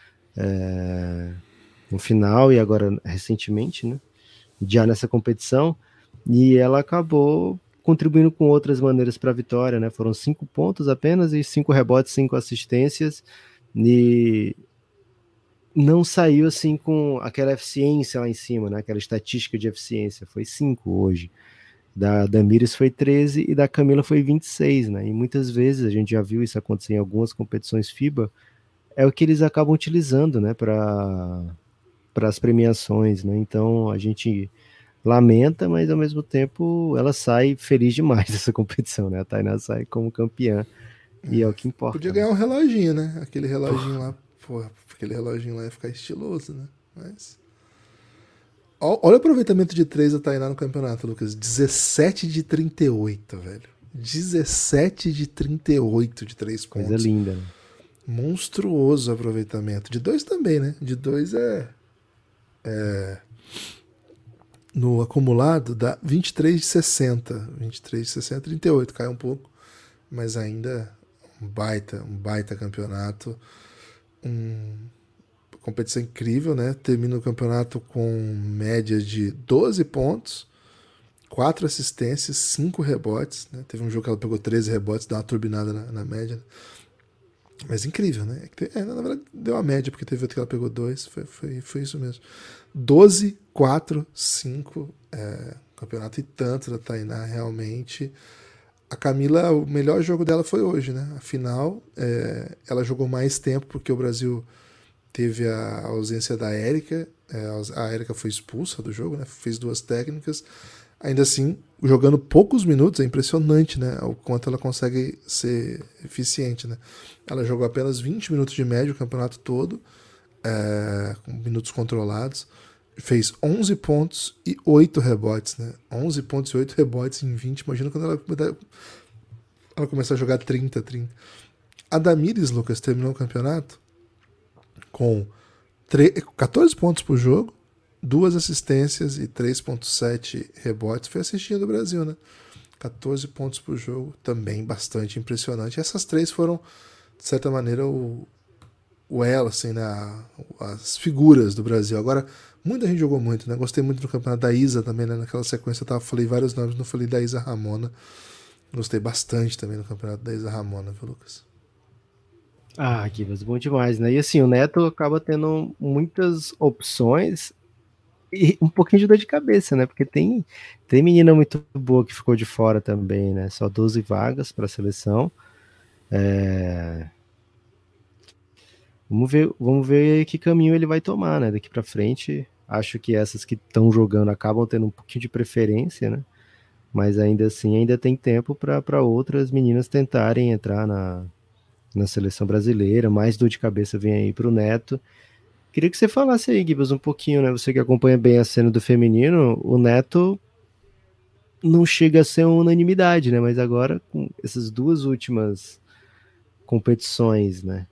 No final e agora recentemente, né? Já nessa competição. E ela acabou contribuindo com outras maneiras para a vitória, né? Foram 5 pontos apenas e 5 rebotes, 5 assistências. E não saiu assim com aquela eficiência lá em cima, né? Aquela estatística de eficiência. Foi 5 hoje. Da Damires foi 13 e da Camila foi 26, né? E muitas vezes a gente já viu isso acontecer em algumas competições FIBA, é o que eles acabam utilizando, né, para as premiações, né? Então a gente lamenta, mas ao mesmo tempo ela sai feliz demais dessa competição, né? A Tainá sai como campeã e é o que importa.
Podia ganhar um reloginho, né? Aquele reloginho lá, porra, aquele reloginho lá ia ficar estiloso, né? Mas... Olha o aproveitamento de 3 da Tainá no campeonato, Lucas. 17 de 38, velho. 17 de 38 de 3 pontos.
Coisa linda, né?
Monstruoso aproveitamento. De 2 também, né? De 2 no acumulado dá 23 de 60. 23 de 60, 38. Cai um pouco, mas ainda um baita campeonato. Competição incrível, né? Termina o campeonato com média de 12 pontos, 4 assistências, 5 rebotes, né? Teve um jogo que ela pegou 13 rebotes, deu uma turbinada na média. Mas incrível, né? Na verdade, deu uma média, porque teve outro que ela pegou 2, foi isso mesmo. 12, 4, 5, campeonato e tanto da Tainá, realmente. A Camila, o melhor jogo dela foi hoje, né? Afinal, ela jogou mais tempo, porque o Brasil teve a ausência da Érica, a Érica foi expulsa do jogo, né? Fez 2 técnicas. Ainda assim, jogando poucos minutos, é impressionante, né? O quanto ela consegue ser eficiente, né? Ela jogou apenas 20 minutos de média o campeonato todo, com minutos controlados. Fez 11 pontos e 8 rebotes, né? 11 pontos e 8 rebotes em 20. Imagina quando ela começar a jogar 30. A Damires, Lucas, terminou o campeonato com 14 pontos por jogo, 2 assistências e 3.7 rebotes. Foi assistinha do Brasil, né? 14 pontos por jogo, também bastante impressionante. Essas 3 foram, de certa maneira, o elo, assim, né? As figuras do Brasil. Agora, muita gente jogou muito, né? Gostei muito do campeonato da Isa também, né? Naquela sequência eu falei vários nomes, não falei da Isa Ramona. Gostei bastante também do campeonato da Isa Ramona, viu, Lucas?
Ah, Gibas, bom demais, né? E assim, o Neto acaba tendo muitas opções e um pouquinho de dor de cabeça, né? Porque tem menina muito boa que ficou de fora também, né? Só 12 vagas para a seleção. Vamos ver que caminho ele vai tomar, né? Daqui para frente, acho que essas que estão jogando acabam tendo um pouquinho de preferência, né? Mas ainda assim, ainda tem tempo para outras meninas tentarem entrar na seleção brasileira. Mais dor de cabeça vem aí pro Neto. Queria que você falasse aí, Gibas, um pouquinho, né? Você que acompanha bem a cena do feminino, o Neto não chega a ser uma unanimidade, né? Mas agora, com essas 2 últimas competições, né?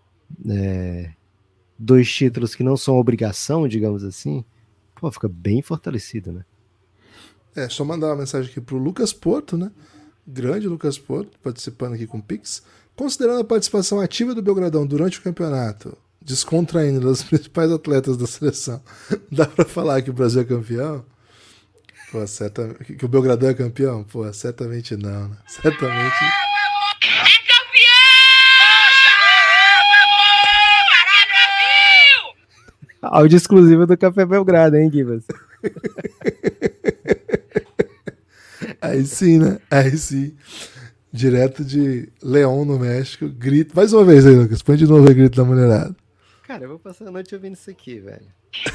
2 títulos que não são obrigação, digamos assim, pô, fica bem fortalecido, né?
Só mandar uma mensagem aqui pro Lucas Porto, né? Grande Lucas Porto, participando aqui com o Pix. Considerando a participação ativa do Belgradão durante o campeonato, descontraindo os principais atletas da seleção, dá pra falar que o Brasil é campeão? Pô, que o Belgradão é campeão? Pô, certamente não, né? Certamente...
Áudio exclusivo do Café Belgrado, hein, Gibas?
Aí sim, né? Aí sim. Direto de León, no México. Grito. Mais uma vez aí, Lucas. Põe de novo aí o grito da mulherada.
Cara, eu vou passar a noite ouvindo isso aqui, velho.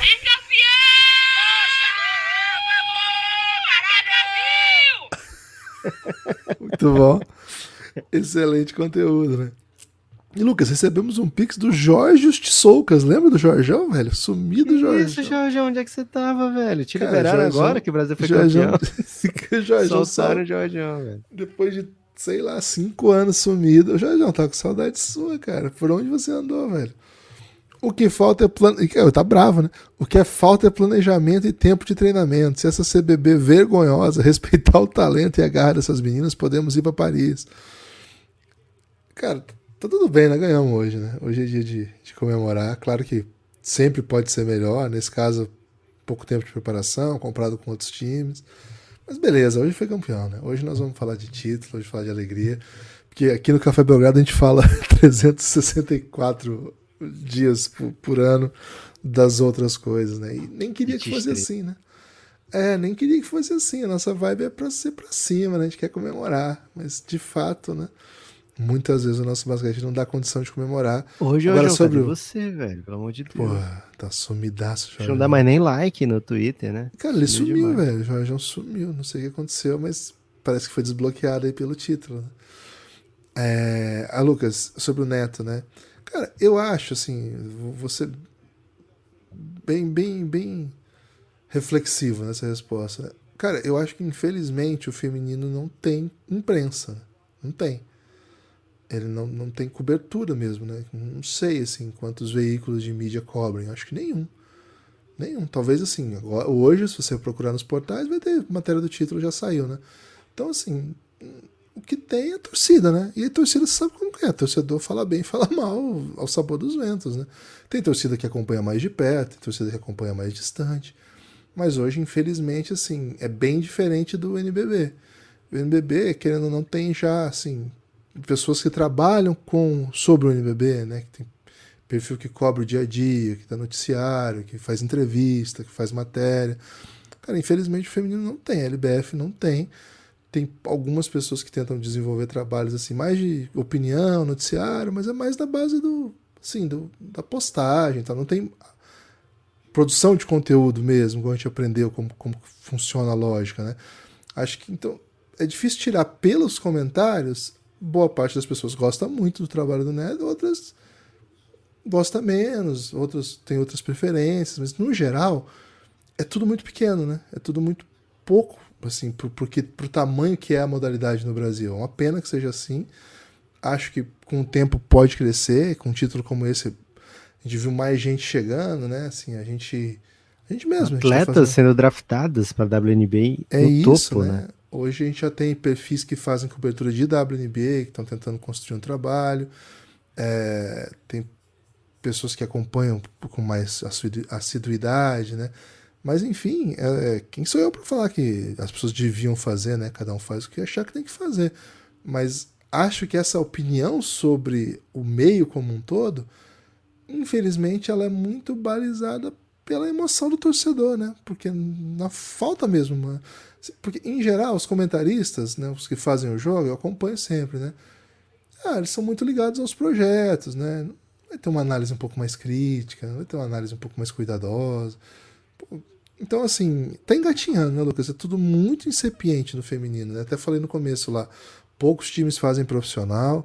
Muito bom. Excelente conteúdo, né? E, Lucas, recebemos um pix do Jorge Tissoucas. Lembra do Jorjão, velho? Sumido o Jorjão.
Isso, Jorjão, onde é que você tava, velho? Te liberaram agora que o Brasil foi campeão?
Jorjão
soltaram o Jorjão, velho.
Depois de, sei lá, 5 anos sumido. O Jorjão tá com saudade sua, cara. Por onde você andou, velho? O que falta é tá bravo, né? O que é falta é planejamento e tempo de treinamento. Se essa CBB vergonhosa respeitar o talento e a garra dessas meninas, podemos ir pra Paris. Cara, tá tudo bem, né? Ganhamos hoje, né? Hoje é dia de comemorar. Claro que sempre pode ser melhor. Nesse caso, pouco tempo de preparação, comprado com outros times. Mas beleza, hoje foi campeão, né? Hoje nós vamos falar de título, hoje falar de alegria. Porque aqui no Café Belgrado a gente fala 364 dias por ano das outras coisas, né? E nem queria que fosse
Triste.
assim, né? Nem queria que fosse assim. A nossa vibe é pra ser pra cima, né? A gente quer comemorar. Mas, de fato, né? Muitas vezes o nosso basquete não dá condição de comemorar.
Ô,
Agora,
João,
sobre
cadê
o...
você, velho? Pelo amor de
Pô,
Deus.
tá sumidaço,
Acho que não dá mais nem like no Twitter, né?
Cara, ele sumiu,
demais.
velho. O Jorjão sumiu. Não sei o que aconteceu, mas parece que foi desbloqueado aí pelo título, né? Lucas, sobre o Neto, né? Cara, eu acho, assim, vou ser bem reflexivo nessa resposta, né? Cara, eu acho que infelizmente o feminino não tem imprensa. Não tem. Ele não tem cobertura mesmo, né? Não sei, assim, quantos veículos de mídia cobrem. Acho que nenhum. Nenhum. Talvez, assim, agora, hoje, se você procurar nos portais, vai ter matéria do título, já saiu, né? Então, assim, o que tem é a torcida, né? E a torcida sabe como é. O torcedor fala bem, fala mal, ao sabor dos ventos, né? Tem torcida que acompanha mais de perto, tem torcida que acompanha mais distante. Mas hoje, infelizmente, assim, é bem diferente do NBB. O NBB, querendo ou não, tem já, assim, pessoas que trabalham sobre o NBB, né? Que tem perfil que cobre o dia a dia, que dá noticiário, que faz entrevista, que faz matéria. Cara, infelizmente o feminino não tem, a LBF não tem. Tem algumas pessoas que tentam desenvolver trabalhos assim, mais de opinião, noticiário, mas é mais da base da postagem, tá? Não tem produção de conteúdo mesmo, como a gente aprendeu como funciona a lógica, né? Acho que, então, é difícil tirar pelos comentários. Boa parte das pessoas gosta muito do trabalho do Neto, outras gosta menos, outros têm outras preferências, mas no geral é tudo muito pequeno, né? É tudo muito pouco, assim, pro tamanho que é a modalidade no Brasil. É uma pena que seja assim. Acho que com o tempo pode crescer, com um título como esse, a gente viu mais gente chegando, né? Assim, a gente mesmo, a gente tá
Atletas
fazendo...
sendo draftadas para WNBA
É
no
isso,
topo, né?
né? Hoje a gente já tem perfis que fazem cobertura de WNBA, que estão tentando construir um trabalho. Tem pessoas que acompanham com mais assiduidade, né? Mas enfim, quem sou eu para falar que as pessoas deviam fazer, né? Cada um faz o que achar que tem que fazer. Mas acho que essa opinião sobre o meio como um todo, infelizmente, ela é muito balizada pela emoção do torcedor, né? Porque na falta mesmo, porque em geral os comentaristas, né, os que fazem o jogo, eu acompanho sempre, né? Eles são muito ligados aos projetos, né? Vai ter uma análise um pouco mais crítica, vai ter uma análise um pouco mais cuidadosa. Então, assim, tá engatinhando, né, Lucas? É tudo muito incipiente no feminino, né? Até falei no começo lá, poucos times fazem profissional,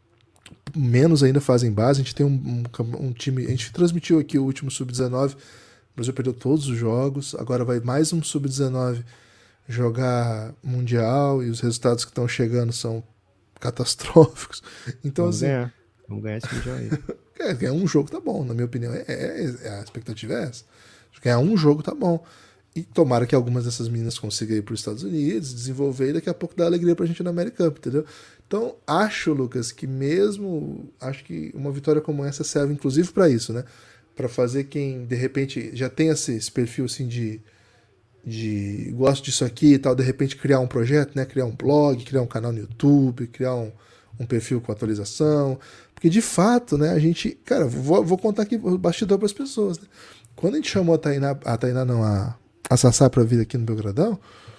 menos ainda fazem base. A gente tem um time, a gente transmitiu aqui o último Sub-19, o Brasil perdeu todos os jogos, agora vai mais um Sub-19 jogar Mundial e os resultados que estão chegando são catastróficos. Então,
Vamos ganhar esse Mundial aí.
Ganhar um jogo tá bom, na minha opinião. A expectativa é essa. Ganhar um jogo tá bom. E tomara que algumas dessas meninas consigam ir para os Estados Unidos, desenvolver e daqui a pouco dar alegria pra gente na American Cup, entendeu? Então, Lucas, acho que uma vitória como essa serve inclusive para isso, né? Para fazer quem, de repente, já tem esse perfil assim de gosto disso aqui e tal, de repente criar um projeto, né? Criar um blog, criar um canal no YouTube, criar um perfil com atualização. Porque, de fato, né, a gente... Cara, vou contar aqui o bastidor para as pessoas, né? Quando a gente chamou a Sassá para vir aqui no Belgradão,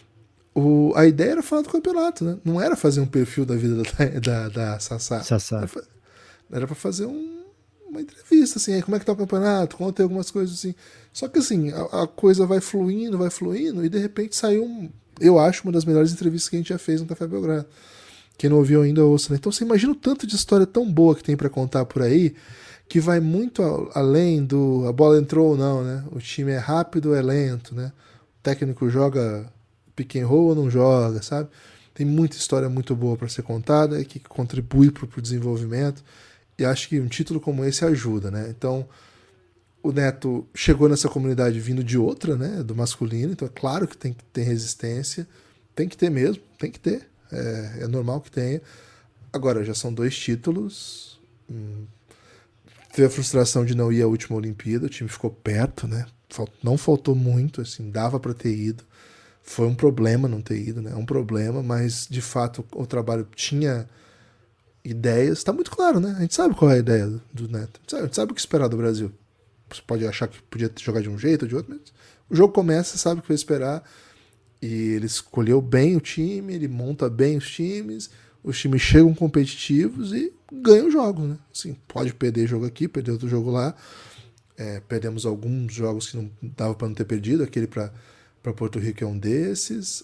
a ideia era falar do campeonato, né? Não era fazer um perfil da vida da Sassá. Era para fazer uma entrevista, assim, como é que tá o campeonato, conta algumas coisas assim. Só que, assim, a coisa vai fluindo, e de repente saiu, eu acho, uma das melhores entrevistas que a gente já fez no Café Belgrado. Quem não ouviu ainda, ouça, né? Então você imagina o tanto de história tão boa que tem para contar por aí, que vai muito além do a bola entrou ou não, né? O time é rápido ou é lento, né? O técnico joga pick and roll ou não joga, sabe? Tem muita história muito boa para ser contada e que contribui para o desenvolvimento. E acho que um título como esse ajuda, né? Então, o Neto chegou nessa comunidade vindo de outra, né? Do masculino, então é claro que tem que ter resistência, tem que ter mesmo, tem que ter. É normal que tenha. Agora, já são 2 títulos. Teve a frustração de não ir à última Olimpíada, o time ficou perto, né? Não faltou muito, assim, dava para ter ido. Foi um problema não ter ido, né? É um problema, mas de fato o trabalho tinha ideias. Tá muito claro, né? A gente sabe qual é a ideia do Neto. A gente sabe o que esperar do Brasil. você pode achar que podia jogar de um jeito ou de outro, mas o jogo começa, sabe o que vai esperar. E ele escolheu bem o time, ele monta bem os times chegam competitivos e ganham jogos, né? Assim, pode perder jogo aqui, perder outro jogo lá. Perdemos alguns jogos que não dava para não ter perdido, aquele para Porto Rico é um desses.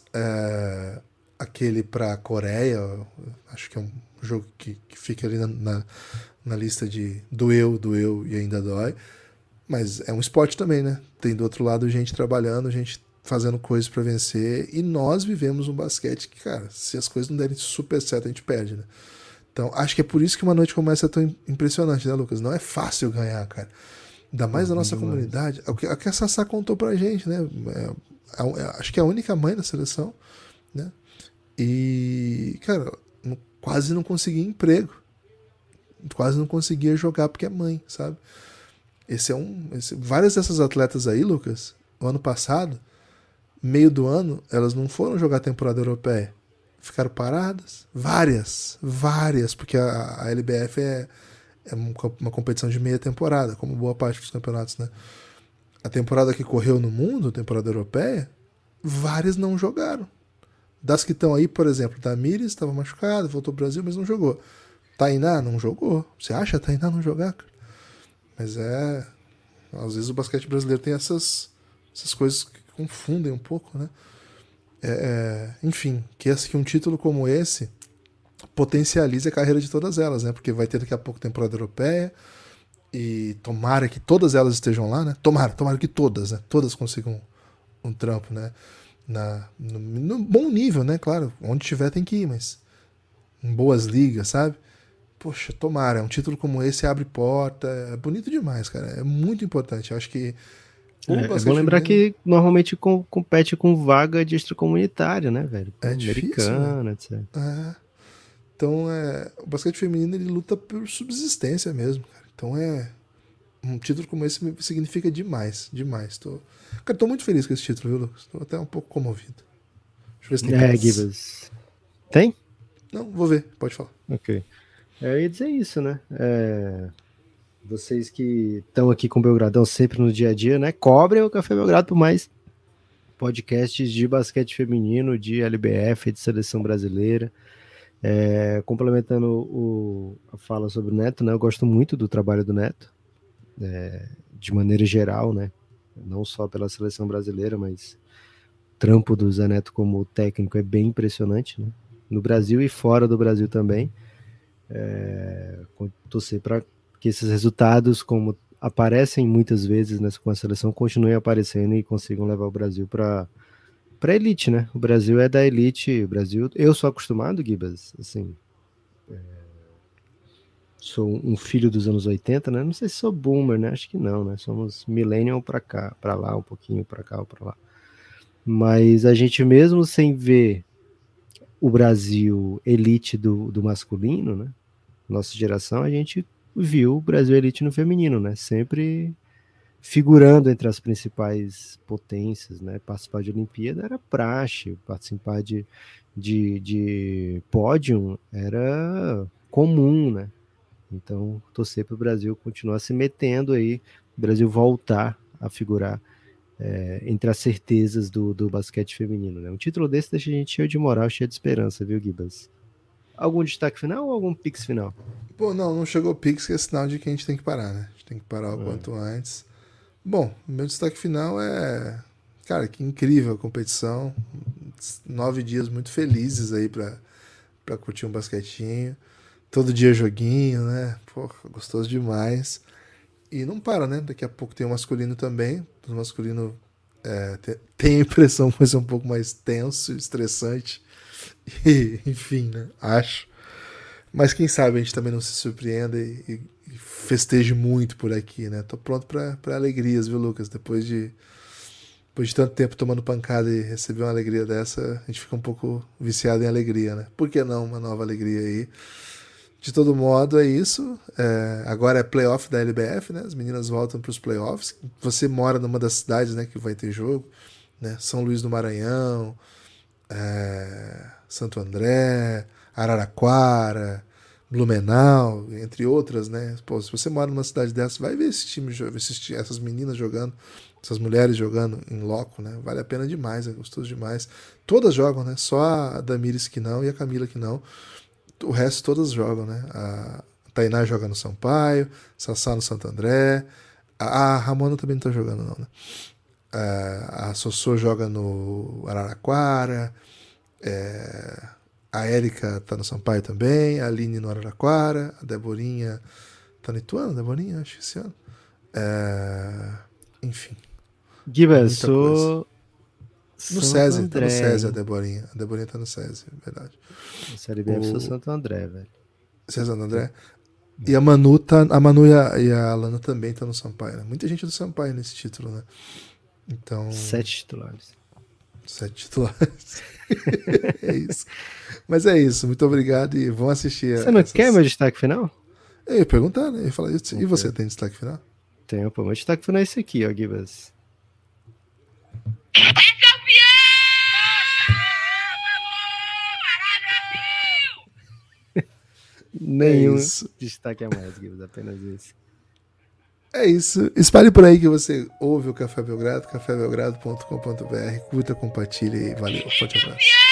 Aquele para Coreia, acho que é um jogo que fica ali na lista de doeu e ainda dói. Mas é um esporte também, né? Tem do outro lado gente trabalhando, gente fazendo coisas para vencer, e nós vivemos um basquete que, cara, se as coisas não derem super certo, a gente perde, né? Então, acho que é por isso que uma noite como essa é tão impressionante, né, Lucas? Não é fácil ganhar, cara. Ainda mais da nossa comunidade. O que a Sassá contou pra gente, né? Acho que é a única mãe da seleção, né? E, cara, quase não conseguia emprego. Quase não conseguia jogar porque é mãe, sabe? Várias dessas atletas aí, Lucas, o ano passado, meio do ano, elas não foram jogar a temporada europeia. Ficaram paradas. Várias, porque a LBF é uma competição de meia temporada, como boa parte dos campeonatos, né? A temporada que correu no mundo, a temporada europeia, várias não jogaram. Das que estão aí, por exemplo, Tamires estava machucada, voltou ao Brasil, mas não jogou. Tainá não jogou. Você acha a Tainá não jogar, cara? Mas às vezes o basquete brasileiro tem essas coisas que confundem um pouco, né? Enfim, que um título como esse potencialize a carreira de todas elas, né? Porque vai ter daqui a pouco temporada europeia e tomara que todas elas estejam lá, né? Tomara que todas, né? Todas consigam um trampo, né? No bom nível, né? Claro, onde tiver tem que ir, mas em boas ligas, sabe? Poxa, tomara, um título como esse abre porta, é bonito demais, cara, é muito importante. Eu acho que
é bom lembrar que normalmente compete com vaga de extracomunitário, né, velho?
Americana,
etc.
Então, o basquete feminino ele luta por subsistência mesmo, cara. Então um título como esse significa demais. Cara, tô muito feliz com esse título, viu, Lucas? Tô até um pouco comovido. Deixa eu ver se tem
Gibas. Tem?
Não, vou ver, pode falar.
Ok. Eu ia dizer isso, né? Vocês que estão aqui com o Belgradão sempre no dia a dia, né? Cobrem o Café Belgrado por mais podcasts de basquete feminino, de LBF, de seleção brasileira. Complementando a fala sobre o Neto, né? Eu gosto muito do trabalho do Neto, de maneira geral, né? Não só pela seleção brasileira, mas o trampo do Zé Neto como técnico é bem impressionante, né? No Brasil e fora do Brasil também. Torcer para que esses resultados, como aparecem muitas vezes com a seleção, continuem aparecendo e consigam levar o Brasil para elite, né? O Brasil é da elite. O Brasil, eu sou acostumado, Gibas, assim, sou um filho dos anos 80, né? Não sei se sou boomer, né? Acho que não, né? Somos millennial para cá, para lá, um pouquinho para cá ou para lá. Mas a gente mesmo sem ver o Brasil elite do masculino, né? Nossa geração, a gente viu o Brasil elite no feminino, né? Sempre figurando entre as principais potências, né? Participar de Olimpíada era praxe, participar de pódio era comum, né? Então, torcer para o Brasil continuar se metendo aí, o Brasil voltar a figurar entre as certezas do basquete feminino, né? Um título desse deixa a gente cheio de moral, cheio de esperança, viu, Gibas? Algum destaque final ou algum pix final?
Pô, não chegou o pix, que é sinal de que a gente tem que parar, né? A gente tem que parar o quanto antes. Bom, meu destaque final cara, que incrível a competição. 9 dias muito felizes aí pra curtir um basquetinho. Todo dia joguinho, né? Pô, gostoso demais. E não para, né? Daqui a pouco tem o masculino também. O masculino tem a impressão que vai ser um pouco mais tenso, estressante. E, enfim, né? Acho. Mas quem sabe a gente também não se surpreenda e festeje muito por aqui, né? Tô pronto pra alegrias, viu, Lucas? Depois de tanto tempo tomando pancada e receber uma alegria dessa, a gente fica um pouco viciado em alegria, né? Por que não uma nova alegria aí? De todo modo, é isso. Agora é playoff da LBF, né? As meninas voltam para os playoffs. Você mora numa das cidades, né, que vai ter jogo, né? São Luís do Maranhão, Santo André, Araraquara, Blumenau, entre outras, né? Pô, se você mora numa cidade dessa, vai ver esse time, essas meninas jogando, essas mulheres jogando em loco, né? Vale a pena demais, é gostoso demais. Todas jogam, né? Só a Damires que não e a Camila que não. O resto todas jogam, né? A Tainá joga no Sampaio, Sassá no Santo André, a Ramona também não tá jogando não, né? A Sossô joga no Araraquara, a Érica tá no Sampaio também, a Aline no Araraquara, a Deborinha tá no Ituano, Deborinha, acho que esse ano. Enfim.
Gibas,
Muita coisa.
sou
No
Santo
SESI, tá no
André,
SESI a
hein?
Deborinha. A Deborinha tá no SESI, é verdade.
Na Série B eu sou Santo André, velho.
SESI do André. E a Manu, a Manu e a Alana também estão no Sampaio, né? Muita gente do Sampaio nesse título, né? Então.
7 titulares.
7 titulares. É isso. Mas é isso. Muito obrigado e vão assistir.
Você não quer meu destaque final?
Eu ia perguntar, né? Eu ia falar isso. E você tem destaque final?
Tenho, pô. Meu destaque final é esse aqui, ó, Gibas. Nenhum destaque a mais, Gibas. Apenas esse.
É isso. Espalhe por aí que você ouve o Café Belgrado, cafébelgrado.com.br. Curta, compartilhe e valeu. Forte abraço.